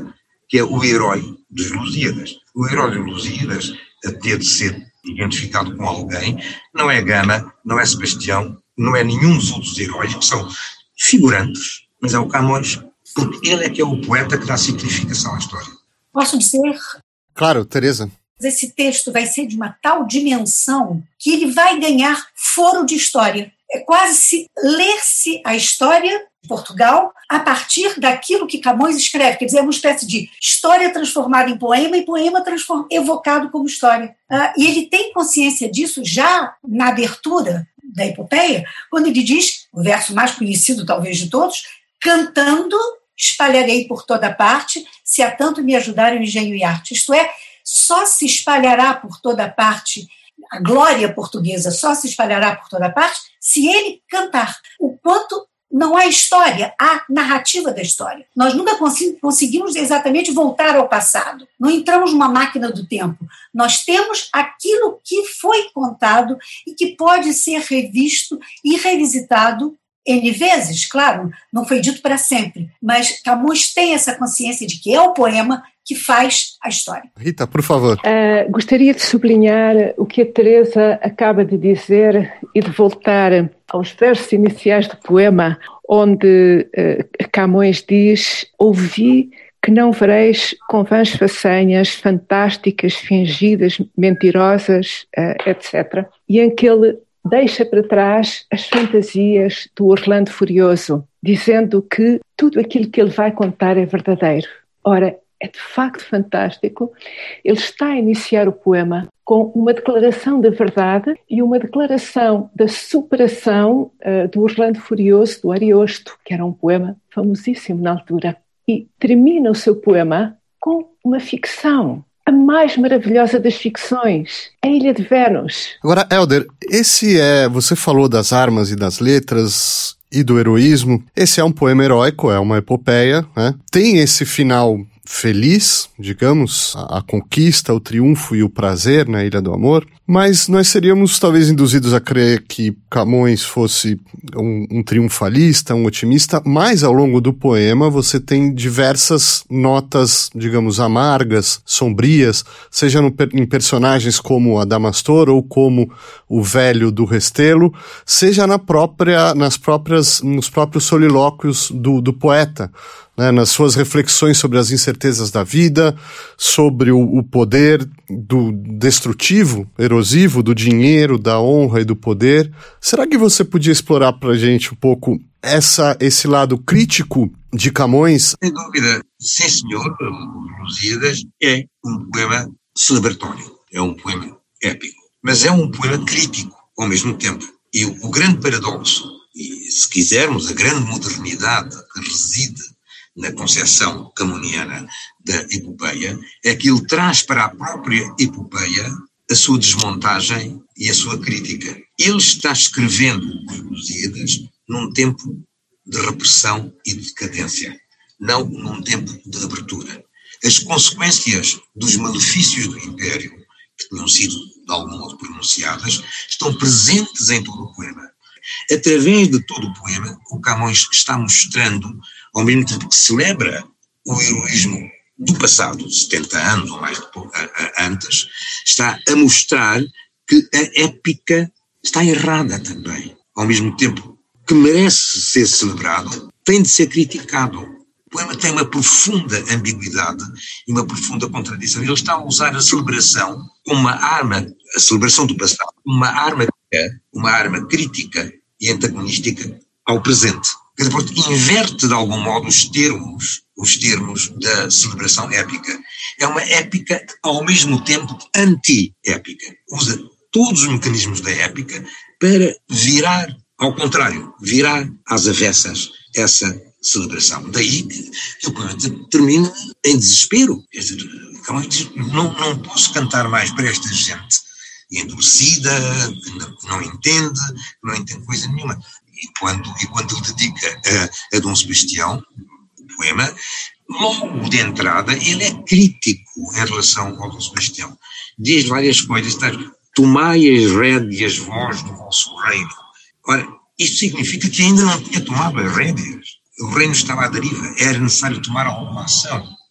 que é o herói dos Lusíadas. O herói dos Lusíadas, a ter de ser identificado com alguém, não é Gama, não é Sebastião, não é nenhum dos outros heróis, que são figurantes, mas é o Camões, porque ele é que é o poeta que dá significação à história. Posso dizer? Claro, Teresa. Esse texto vai ser de uma tal dimensão que ele vai ganhar foro de história. É quase se ler-se a história de Portugal a partir daquilo que Camões escreve. Quer dizer, é uma espécie de história transformada em poema e poema transform... evocado como história. Uh, e ele tem consciência disso já na abertura da epopeia, quando ele diz, o verso mais conhecido talvez de todos, cantando espalharei por toda parte, se há tanto me ajudarem o engenho e arte. Isto é, só se espalhará por toda parte, a glória portuguesa só se espalhará por toda parte se ele cantar. O quanto não há história, há narrativa da história. Nós nunca conseguimos exatamente voltar ao passado. Não entramos numa máquina do tempo. Nós temos aquilo que foi contado e que pode ser revisto e revisitado N vezes, claro, não foi dito para sempre, mas Camões tem essa consciência de que é o poema que faz a história. Rita, por favor. Uh, gostaria de sublinhar o que a Teresa acaba de dizer e de voltar aos versos iniciais do poema, onde uh, Camões diz: ouvi que não vereis com vãs façanhas fantásticas, fingidas, mentirosas, uh, etcétera. E em que ele deixa para trás as fantasias do Orlando Furioso, dizendo que tudo aquilo que ele vai contar é verdadeiro. Ora, é de facto fantástico. Ele está a iniciar o poema com uma declaração da verdade e uma declaração da superação uh, do Orlando Furioso, do Ariosto, que era um poema famosíssimo na altura. E termina o seu poema com uma ficção, a mais maravilhosa das ficções, a Ilha de Vênus. Agora, Hélder, esse é, você falou das armas e das letras e do heroísmo, esse é um poema heróico, é uma epopeia, né? Tem esse final feliz, digamos, a, a conquista, o triunfo e o prazer na Ilha do Amor, mas nós seríamos talvez induzidos a crer que Camões fosse um, um triunfalista, um otimista, mas ao longo do poema você tem diversas notas, digamos, amargas, sombrias, seja no, em personagens como Adamastor ou como o velho do Restelo, seja na própria, nas próprias, nos próprios solilóquios do, do poeta, né, nas suas reflexões sobre as incertezas da vida, sobre o, o poder do destrutivo, erosivo, do dinheiro, da honra e do poder. Será que você podia explorar para a gente um pouco essa, esse lado crítico de Camões? Sem dúvida, sim senhor, Lusíadas é um poema celebratório, é um poema épico, mas é um poema crítico ao mesmo tempo. E o, o grande paradoxo, e se quisermos a grande modernidade que reside na concepção camoniana da epopeia, é que ele traz para a própria epopeia a sua desmontagem e a sua crítica. Ele está escrevendo os Lusíadas num tempo de repressão e de decadência, não num tempo de abertura. As consequências dos malefícios do Império, que tinham sido de algum modo pronunciadas, estão presentes em todo o poema. Através de todo o poema, o Camões está mostrando, ao mesmo tempo que celebra o heroísmo do passado, setenta anos ou mais antes, está a mostrar que a épica está errada também. Ao mesmo tempo que merece ser celebrado, tem de ser criticado. O poema tem uma profunda ambiguidade e uma profunda contradição. Ele está a usar a celebração como uma arma, a celebração do passado, uma arma, uma arma crítica e antagonística ao presente. Porque inverte de algum modo os termos, os termos da celebração épica. É uma épica ao mesmo tempo anti-épica. Usa todos os mecanismos da épica para virar ao contrário, virar às avessas essa celebração. Daí que o poema termina em desespero. Quer dizer, não, não posso cantar mais para esta gente endurecida, que não entende, que não entende coisa nenhuma. E quando, e quando ele dedica a, a Dom Sebastião, o poema, logo de entrada, ele é crítico em relação ao Dom Sebastião. Diz várias coisas, está, tomai as rédeas vós do vosso reino. Ora, isto significa que ainda não tinha tomado as rédeas. O reino estava à deriva, era necessário tomar alguma ação.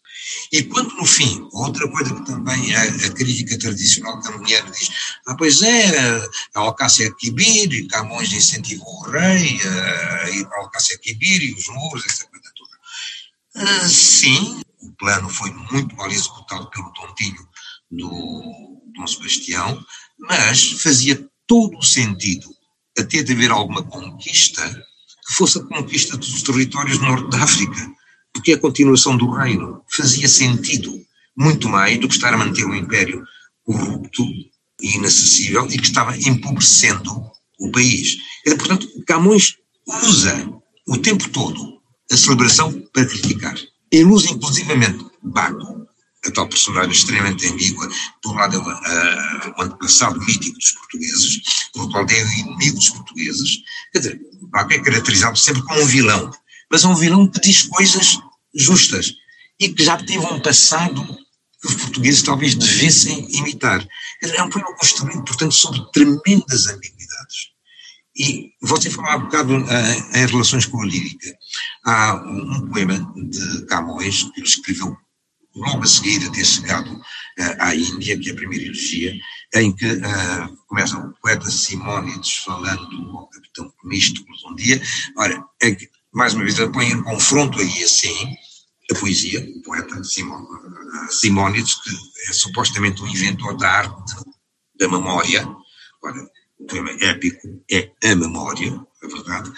E quando no fim, outra coisa que também a, a crítica tradicional camoniana diz, ah, pois é, a Alcácer Quibir, Camões incentivou o rei a ir para a Alcácer Quibir e os muros, essa coisa toda. Uh, sim, o plano foi muito mal executado pelo tontinho do Dom Sebastião, mas fazia todo o sentido, até de haver alguma conquista, que fosse a conquista dos territórios do norte da África, porque a continuação do reino fazia sentido muito mais do que estar a manter um império corrupto e inacessível e que estava empobrecendo o país. E, portanto, Camões usa o tempo todo a celebração para criticar. Ele usa inclusivamente Baco, a tal personagem extremamente ambígua, por um lado é uh, o antepassado mítico dos portugueses, por outro lado é o inimigo dos portugueses. Quer dizer, Baco é caracterizado sempre como um vilão, mas é um vilão que diz coisas justas e que já teve um passado que os portugueses talvez devessem imitar. É um poema construído, portanto, sobre tremendas ambiguidades. E você falou há bocado uh, em relações com a lírica. Há um, um poema de Camões que ele escreveu logo a seguir a ter chegado uh, à Índia, que é a primeira elegia, em que uh, começa o poeta Simónides falando ao capitão Temístocles um dia. Ora, é que, mais uma vez, ele põe em confronto aí assim a poesia, o poeta Simó, uh, Simónides, que é supostamente o inventor da arte da memória. Ora, o poema épico é a memória, é verdade,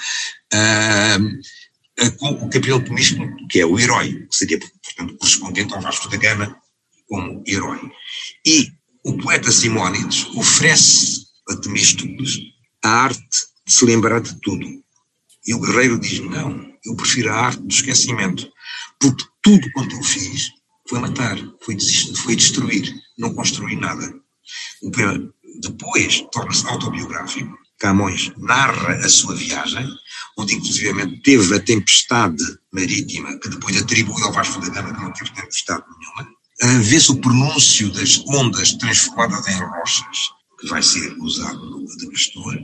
uh, com o capitão Temístocles, que é o herói, que seria, portanto, correspondente ao Vasco da Gama como herói. E o poeta Simónides oferece a Temístocles a arte de se lembrar de tudo. E o guerreiro diz, não, eu prefiro a arte do esquecimento, porque tudo quanto eu fiz foi matar, foi, desistir, foi destruir, não construir nada. O poema depois torna-se autobiográfico. Camões narra a sua viagem, onde inclusivamente teve a tempestade marítima, que depois atribui ao Vasco da Gama, que não teve tempestade nenhuma. Uh, vê-se o pronúncio das ondas transformadas em rochas, que vai ser usado no Adamastor,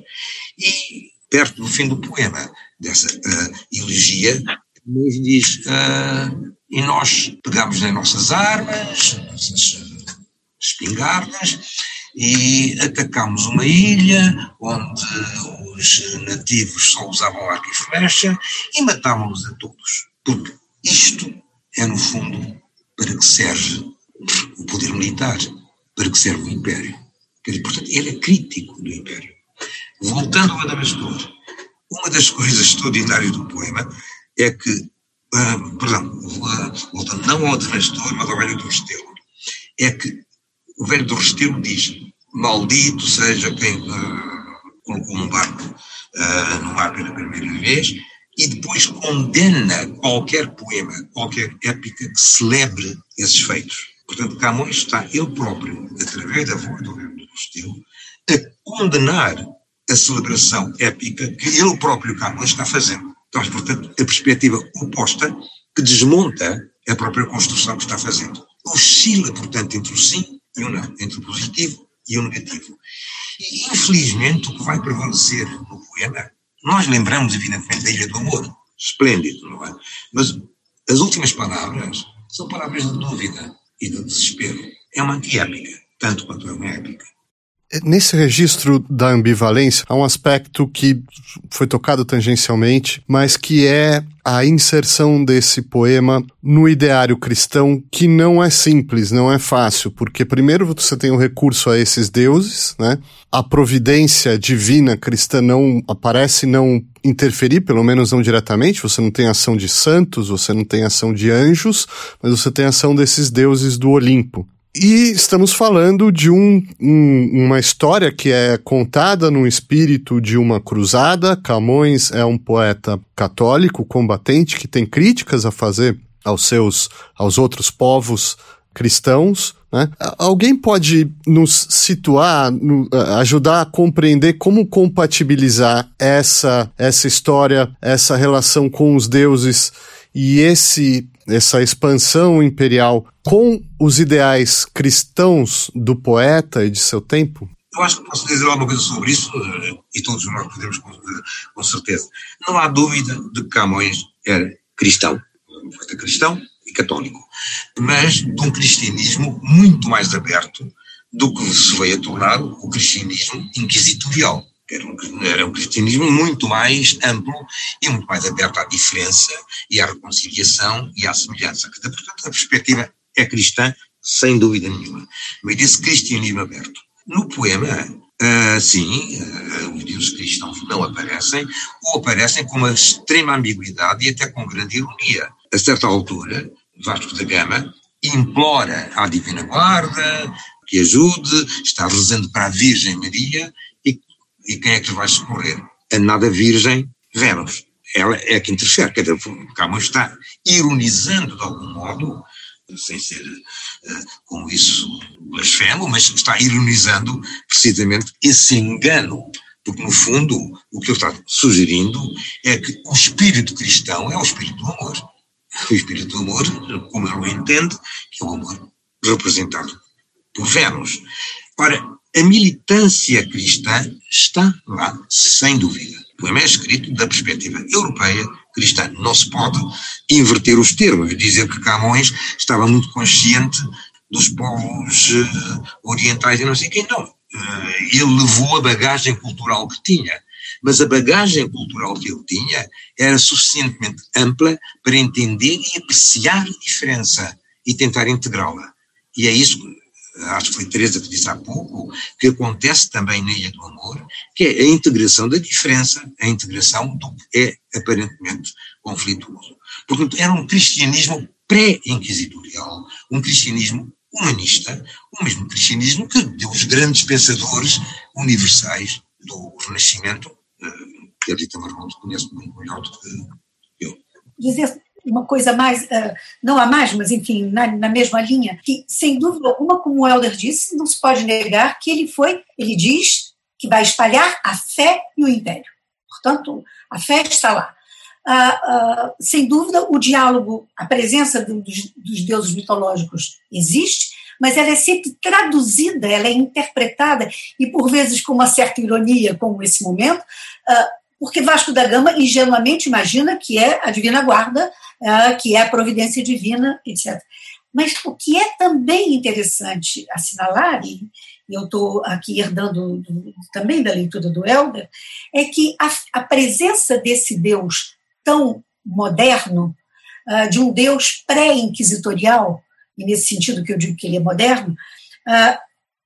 e perto do fim do poema, dessa uh, elegia, Camões diz, uh, e nós pegamos nas nossas armas, nossas uh, espingardas, e atacámos uma ilha onde os nativos só usavam arco e flecha e matámos-los a todos. Porque isto é, no fundo, para que serve o poder militar, para que serve o Império. Dizer, portanto, ele é crítico do Império. Voltando ao Adamastor, uma das coisas extraordinárias do poema é que, uh, perdão, uh, voltando não ao Adamastor, mas ao Velho do Restelo, é que o Velho do Restelo diz, maldito seja quem uh, colocou um barco uh, no mar pela primeira vez, e depois condena qualquer poema, qualquer épica que celebre esses feitos. Portanto, Camões está ele próprio, através da voz do Velho do Restelo, a condenar a celebração épica que ele próprio, Camões, está fazendo. Então, portanto, a perspectiva oposta que desmonta a própria construção que está fazendo. Oscila, portanto, entre o sim e o não, entre o positivo e o negativo. E, infelizmente, o que vai prevalecer no poema, nós lembramos, evidentemente, da Ilha do Amor, esplêndido, não é? Mas as últimas palavras são palavras de dúvida e de desespero. É uma anti-épica, tanto quanto é uma épica. Nesse registro da ambivalência, há um aspecto que foi tocado tangencialmente, mas que é a inserção desse poema no ideário cristão, que não é simples, não é fácil, porque primeiro você tem o recurso a esses deuses, né? A providência divina cristã não aparece não interferir, pelo menos não diretamente, você não tem ação de santos, você não tem ação de anjos, mas você tem ação desses deuses do Olimpo. E estamos falando de um, um, uma história que é contada no espírito de uma cruzada. Camões é um poeta católico, combatente, que tem críticas a fazer aos seus, aos outros povos cristãos, né? Alguém pode nos situar, no, ajudar a compreender como compatibilizar essa, essa história, essa relação com os deuses e esse, essa expansão imperial com os ideais cristãos do poeta e de seu tempo? Eu acho que posso dizer alguma coisa sobre isso, e todos nós podemos com, com certeza. Não há dúvida de que Camões era cristão, um poeta cristão, e católico, mas de um cristianismo muito mais aberto do que se veio a tornar o cristianismo inquisitorial. Era um, era um cristianismo muito mais amplo e muito mais aberto à diferença e à reconciliação e à semelhança. Portanto, a perspectiva é cristã, sem dúvida nenhuma. Mas desse cristianismo aberto. No poema, uh, sim, uh, os deuses cristãos não aparecem, ou aparecem com uma extrema ambiguidade e até com grande ironia. A certa altura, Vasco da Gama implora à Divina Guarda que ajude, está rezando para a Virgem Maria, e, e quem é que vai socorrer? A nada Virgem Vênus. Ela é que interfere, quer dizer, Camões está ironizando de algum modo, sem ser uh, com isso blasfemo, mas está ironizando precisamente esse engano, porque no fundo o que ele está sugerindo é que o espírito cristão é o espírito do amor. O espírito do amor, como ele o entende, que é o amor representado por Vênus. Ora, a militância cristã está lá, sem dúvida. O poema é escrito da perspectiva europeia cristã. Não se pode inverter os termos, dizer que Camões estava muito consciente dos povos uh, orientais e não sei quem, não. Uh, ele levou a bagagem cultural que tinha, mas a bagagem cultural que ele tinha era suficientemente ampla para entender e apreciar a diferença e tentar integrá-la. E é isso que, acho que foi Teresa que disse há pouco, que acontece também na Ilha do Amor, que é a integração da diferença, a integração do que é aparentemente conflituoso. Portanto, era um cristianismo pré-inquisitorial, um cristianismo humanista, o mesmo cristianismo que deu os grandes pensadores universais do Renascimento, que a Rita Marrone conhece muito melhor do que eu. Dizer uma coisa mais, uh, não há mais, mas enfim, na, na mesma linha, que sem dúvida alguma, como o Helder disse, não se pode negar que ele foi, ele diz que vai espalhar a fé e o império. Portanto, a fé está lá. Uh, uh, sem dúvida, o diálogo, a presença do, dos, dos deuses mitológicos existe, mas ela é sempre traduzida, ela é interpretada, e por vezes com uma certa ironia, como esse momento, uh, porque Vasco da Gama ingenuamente imagina que é a Divina Guarda, uh, que é a providência divina, etcétera. Mas o que é também interessante assinalar, e eu estou aqui herdando do, também da leitura do Helder, é que a, a presença desse Deus tão moderno, uh, de um Deus pré-inquisitorial, e nesse sentido que eu digo que ele é moderno, uh,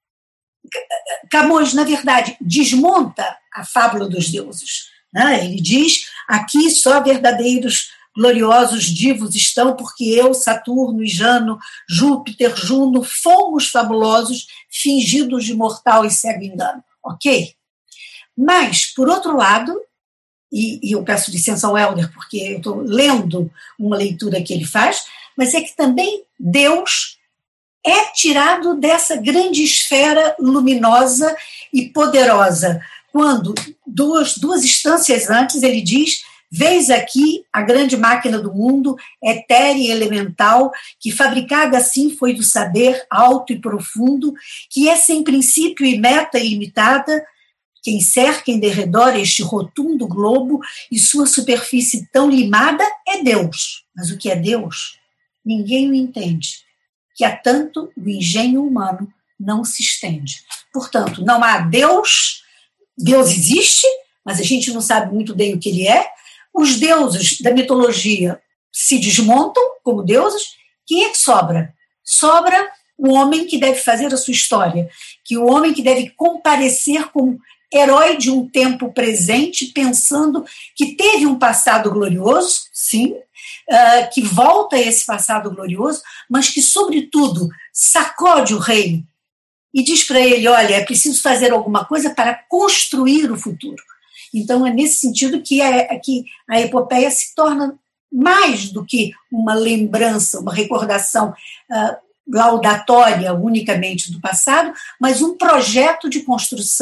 Camões, na verdade, desmonta a fábula dos deuses. Né? Ele diz, aqui só verdadeiros gloriosos divos estão, porque eu, Saturno e Jano, Júpiter, Juno, fomos fabulosos, fingidos de mortal e cego engano. Ok? Mas, por outro lado, e, e eu peço licença ao Helder, porque eu estou lendo uma leitura que ele faz, mas é que também Deus é tirado dessa grande esfera luminosa e poderosa, quando duas, duas instâncias antes ele diz, veis aqui a grande máquina do mundo, etérea e elemental, que fabricada assim foi do saber alto e profundo, que é sem princípio e meta ilimitada, quem cerca em derredor este rotundo globo e sua superfície tão limada é Deus. Mas o que é Deus? Ninguém o entende, que há tanto o engenho humano não se estende. Portanto, não há Deus... Deus existe, mas a gente não sabe muito bem o que ele é. Os deuses da mitologia se desmontam como deuses. Quem é que sobra? Sobra o homem que deve fazer a sua história, que o homem que deve comparecer como herói de um tempo presente, pensando que teve um passado glorioso, sim, uh, que volta a esse passado glorioso, mas que, sobretudo, sacode o rei e diz para ele, olha, é preciso fazer alguma coisa para construir o futuro. Então, é nesse sentido que a, que a epopeia se torna mais do que uma lembrança, uma recordação uh, laudatória unicamente do passado, mas um projeto de construção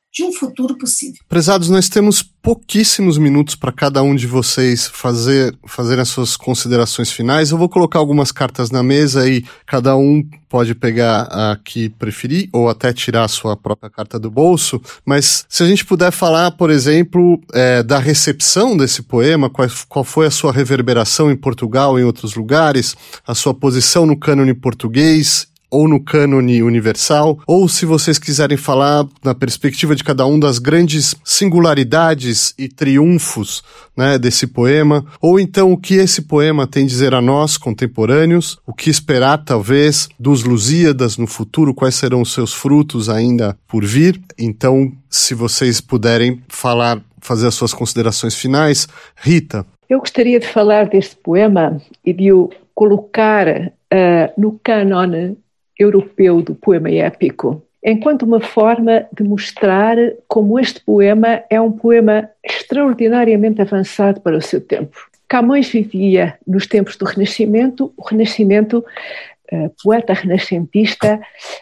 de um futuro possível. Prezados, nós temos pouquíssimos minutos para cada um de vocês fazer, fazer as suas considerações finais. Eu vou colocar algumas cartas na mesa e cada um pode pegar a que preferir ou até tirar a sua própria carta do bolso. Mas se a gente puder falar, por exemplo, é, da recepção desse poema, qual, qual foi a sua reverberação em Portugal e em outros lugares, a sua posição no cânone português ou no cânone universal, ou se vocês quiserem falar na perspectiva de cada um das grandes singularidades e triunfos, né, desse poema, ou então o que esse poema tem a dizer a nós, contemporâneos, o que esperar talvez dos Lusíadas no futuro, quais serão os seus frutos ainda por vir. Então, se vocês puderem falar, fazer as suas considerações finais. Rita. Eu gostaria de falar deste poema e de o colocar uh, no cânone europeu do poema épico, enquanto uma forma de mostrar como este poema é um poema extraordinariamente avançado para o seu tempo. Camões vivia nos tempos do Renascimento. O Renascimento, uh, poeta renascentista,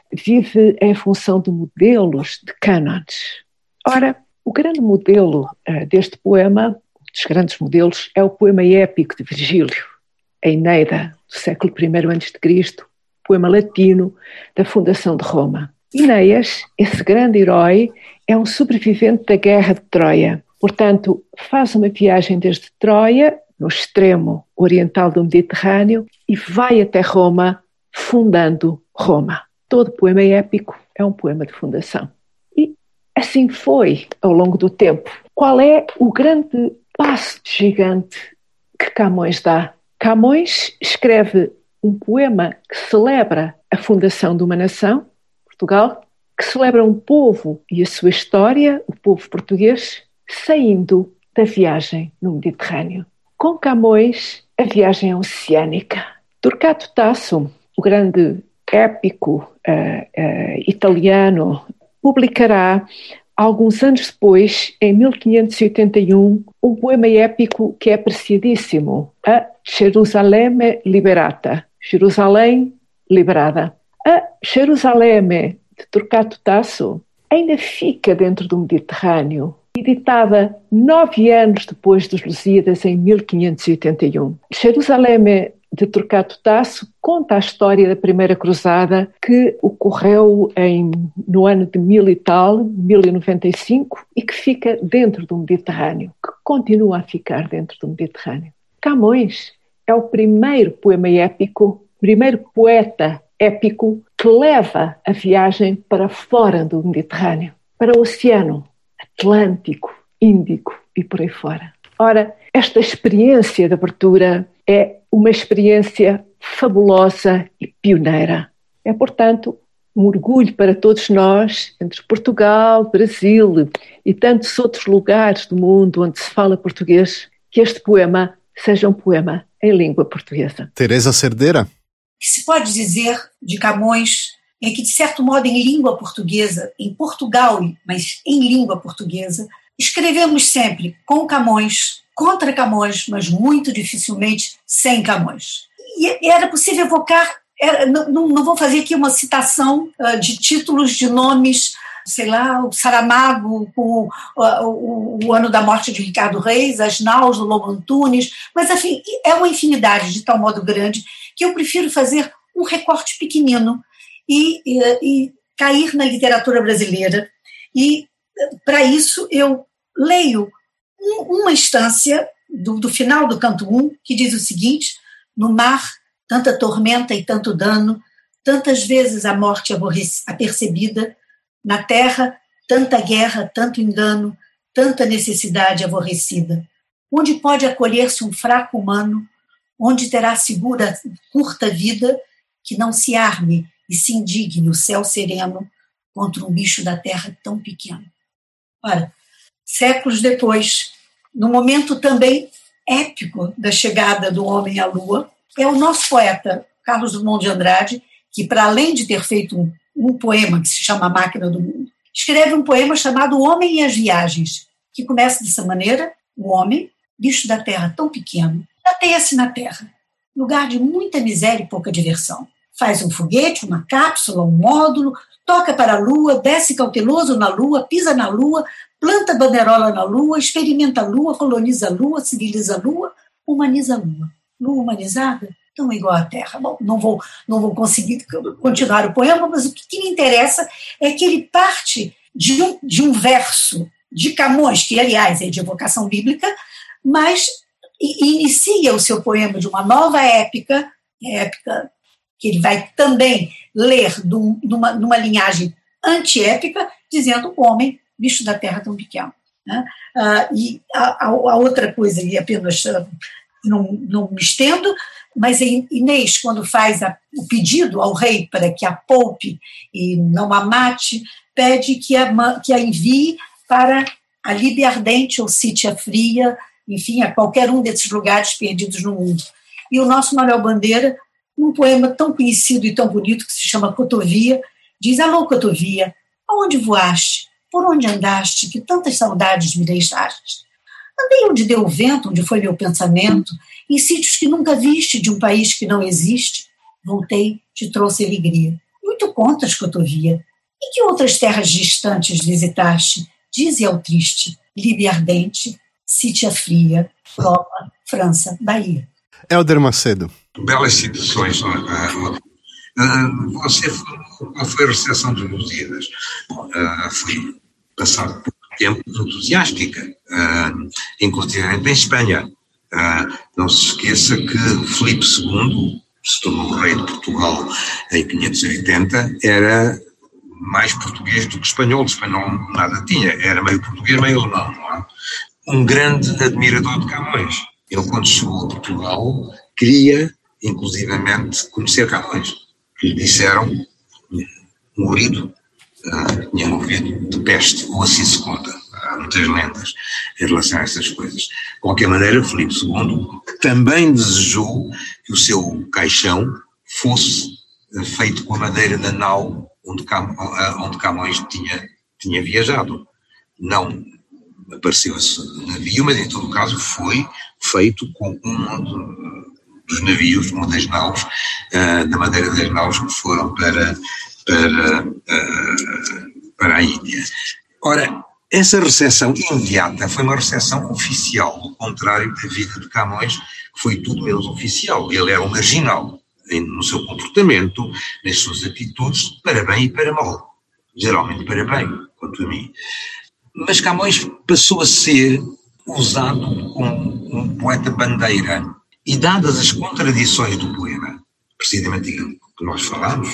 vive em função de modelos, de cânones. Ora, o grande modelo uh, deste poema, um dos grandes modelos, é o poema épico de Virgílio, a Eneida, do século primeiro antes de Cristo, poema latino da fundação de Roma. Enéas, esse grande herói, é um sobrevivente da guerra de Troia. Portanto, faz uma viagem desde Troia, no extremo oriental do Mediterrâneo, e vai até Roma, fundando Roma. Todo poema épico é um poema de fundação. E assim foi ao longo do tempo. Qual é o grande passo gigante que Camões dá? Camões escreve um poema que celebra a fundação de uma nação, Portugal, que celebra um povo e a sua história, o povo português, saindo da viagem no Mediterrâneo. Com Camões, a viagem é oceânica. Torquato Tasso, o grande épico uh, uh, italiano, publicará, alguns anos depois, em mil quinhentos e oitenta e um, um poema épico que é apreciadíssimo, a Jerusalemme Liberata, Jerusalém Liberada. A Jerusalemme de Torquato Tasso ainda fica dentro do Mediterrâneo, editada nove anos depois dos Lusíadas, em mil quinhentos e oitenta e um. Jerusalemme de Torquato Tasso conta a história da Primeira Cruzada, que ocorreu em, no ano de mil e tal, mil e noventa e cinco, e que fica dentro do Mediterrâneo, que continua a ficar dentro do Mediterrâneo. Camões é o primeiro poema épico, primeiro poeta épico que leva a viagem para fora do Mediterrâneo, para o Oceano Atlântico, Índico e por aí fora. Ora, esta experiência de abertura é uma experiência fabulosa e pioneira. É, portanto, um orgulho para todos nós, entre Portugal, Brasil e tantos outros lugares do mundo onde se fala português, que este poema seja um poema em língua portuguesa. Teresa Cerdeira. O que se pode dizer de Camões é que, de certo modo, em língua portuguesa, em Portugal, mas em língua portuguesa, escrevemos sempre com Camões, contra Camões, mas muito dificilmente sem Camões. E era possível evocar, era, não, não vou fazer aqui uma citação uh, de títulos de nomes, sei lá, o Saramago com uh, o, o ano da morte de Ricardo Reis, as naus do Lobo Antunes, mas, enfim, é uma infinidade de tal modo grande que eu prefiro fazer um recorte pequenino e, e, e cair na literatura brasileira. E, para isso, eu leio um, uma instância do, do final do canto um, que diz o seguinte: no mar, tanta tormenta e tanto dano, tantas vezes a morte apercebida, na terra, tanta guerra, tanto engano, tanta necessidade aborrecida. Onde pode acolher-se um fraco humano, onde terá segura, curta vida, que não se arme e se indigne o céu sereno contra um bicho da terra tão pequeno. Ora, séculos depois, no momento também épico da chegada do homem à Lua, é o nosso poeta Carlos Drummond de Andrade, que, para além de ter feito um, um poema que se chama A Máquina do Mundo, escreve um poema chamado O Homem e as Viagens, que começa dessa maneira: o homem, bicho da terra tão pequeno, tateia-se na terra, lugar de muita miséria e pouca diversão. Faz um foguete, uma cápsula, um módulo, toca para a lua, desce cauteloso na lua, pisa na lua, planta bandeirola na lua, experimenta a lua, coloniza a lua, civiliza a lua, humaniza a lua. Lua humanizada? Então é igual à Terra. Bom, não vou, não vou conseguir continuar o poema, mas o que me interessa é que ele parte de um, de um verso de Camões, que, aliás, é de evocação bíblica, mas inicia o seu poema de uma nova épica, épica que ele vai também ler numa, numa linhagem antiépica, dizendo o homem, bicho da terra tão pequeno. Né? Ah, e a, a outra coisa, e apenas não, não me estendo, mas Inês, quando faz a, o pedido ao rei para que a poupe e não a mate, pede que a, que a envie para a Líbia ardente ou Sítia fria, enfim, a qualquer um desses lugares perdidos no mundo. E o nosso Manuel Bandeira, num poema tão conhecido e tão bonito que se chama Cotovia, diz: alô, Cotovia, aonde voaste? Por onde andaste? Que tantas saudades me deixaste? Andei onde deu o vento, onde foi meu pensamento, em sítios que nunca viste, de um país que não existe. Voltei, te trouxe alegria. Muito contas, Cotovia. E que outras terras distantes visitaste? Dize ao triste, Líbia ardente, Sítia fria, Europa, França, Bahia. Hélder Macedo. Belas citações. Você, qual foi a recepção dos Lusíadas? Foi passado pouco tempo entusiástica, inclusive em Espanha. Não se esqueça que Filipe segundo, se tornou rei de Portugal em quinhentos e oitenta, era mais português do que espanhol. De espanhol nada tinha, era meio português, meio alemão. Não é? Um grande admirador de Camões. Ele, quando chegou a Portugal, queria, inclusivamente, conhecer Camões. Que lhe disseram, morrido, uh, tinha morrido de peste, ou assim se conta. Há muitas lendas em relação a essas coisas. De qualquer maneira, Filipe segundo também desejou que o seu caixão fosse uh, feito com a madeira da nau onde, Cam- uh, onde Camões tinha, tinha viajado. Não apareceu esse navio, mas em todo caso foi feito com um dos navios, uma das naus, uh, da madeira das naus que foram para, para, uh, para a Índia. Ora, essa recepção imediata foi uma recepção oficial, ao contrário da vida de Camões, que foi tudo menos oficial. Ele era um marginal no seu comportamento, nas suas atitudes, para bem e para mal. Geralmente para bem, quanto a mim. Mas Camões passou a ser usado como um poeta bandeira. E dadas as contradições do poema, precisamente que nós falamos,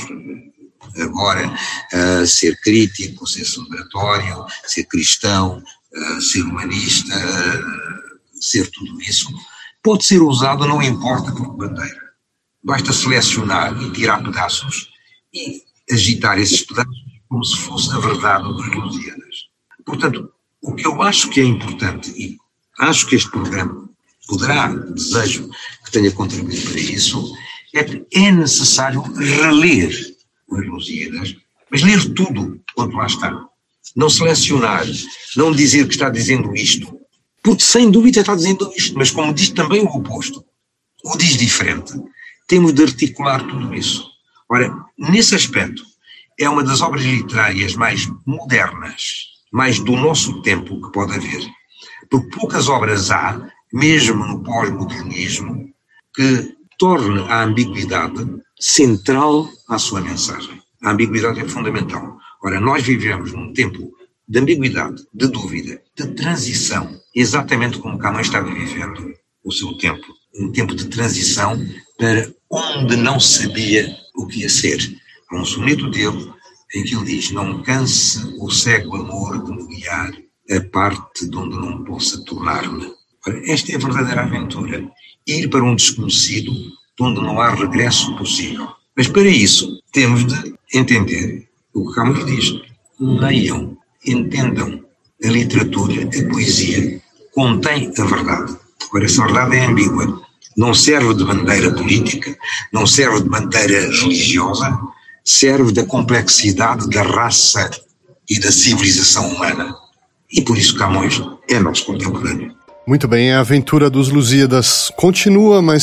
agora, uh, ser crítico, ser celebratório, ser cristão, uh, ser humanista, uh, ser tudo isso, pode ser usado, não importa por bandeira. Basta selecionar e tirar pedaços e agitar esses pedaços como se fosse a verdade dos Lusíadas. Portanto, o que eu acho que é importante, e acho que este programa poderá, desejo que tenha contribuído para isso, é que é necessário reler os Lusíadas, mas ler tudo quanto lá está. Não selecionar, não dizer que está dizendo isto, porque sem dúvida está dizendo isto, mas como diz também o oposto, ou diz diferente, temos de articular tudo isso. Ora, nesse aspecto, é uma das obras literárias mais modernas, mais do nosso tempo que pode haver. Porque poucas obras há, mesmo no pós-modernismo, que torne a ambiguidade central à sua mensagem. A ambiguidade é fundamental. Ora, nós vivemos num tempo de ambiguidade, de dúvida, de transição, exatamente como Camões estava vivendo o seu tempo. Um tempo de transição para onde não sabia o que ia ser. Há um soneto dele em que ele diz: não canse o cego amor de me guiar a parte de onde não possa tornar-me. Ora, esta é a verdadeira aventura. Ir para um desconhecido de onde não há regresso possível. Mas para isso temos de entender o que Camões diz. Leiam, entendam a literatura, a poesia, contém a verdade. Ora, essa verdade é ambígua. Não serve de bandeira política, não serve de bandeira religiosa, serve da complexidade da raça e da civilização humana. E por isso Camões é nosso contemporâneo. Muito bem, a aventura dos Lusíadas continua, mas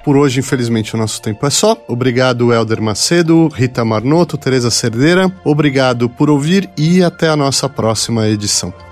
Por hoje, infelizmente, o nosso tempo é só. Obrigado, Hélder Macedo, Rita Marnoto, Tereza Cerdeira. Obrigado por ouvir e até a nossa próxima edição.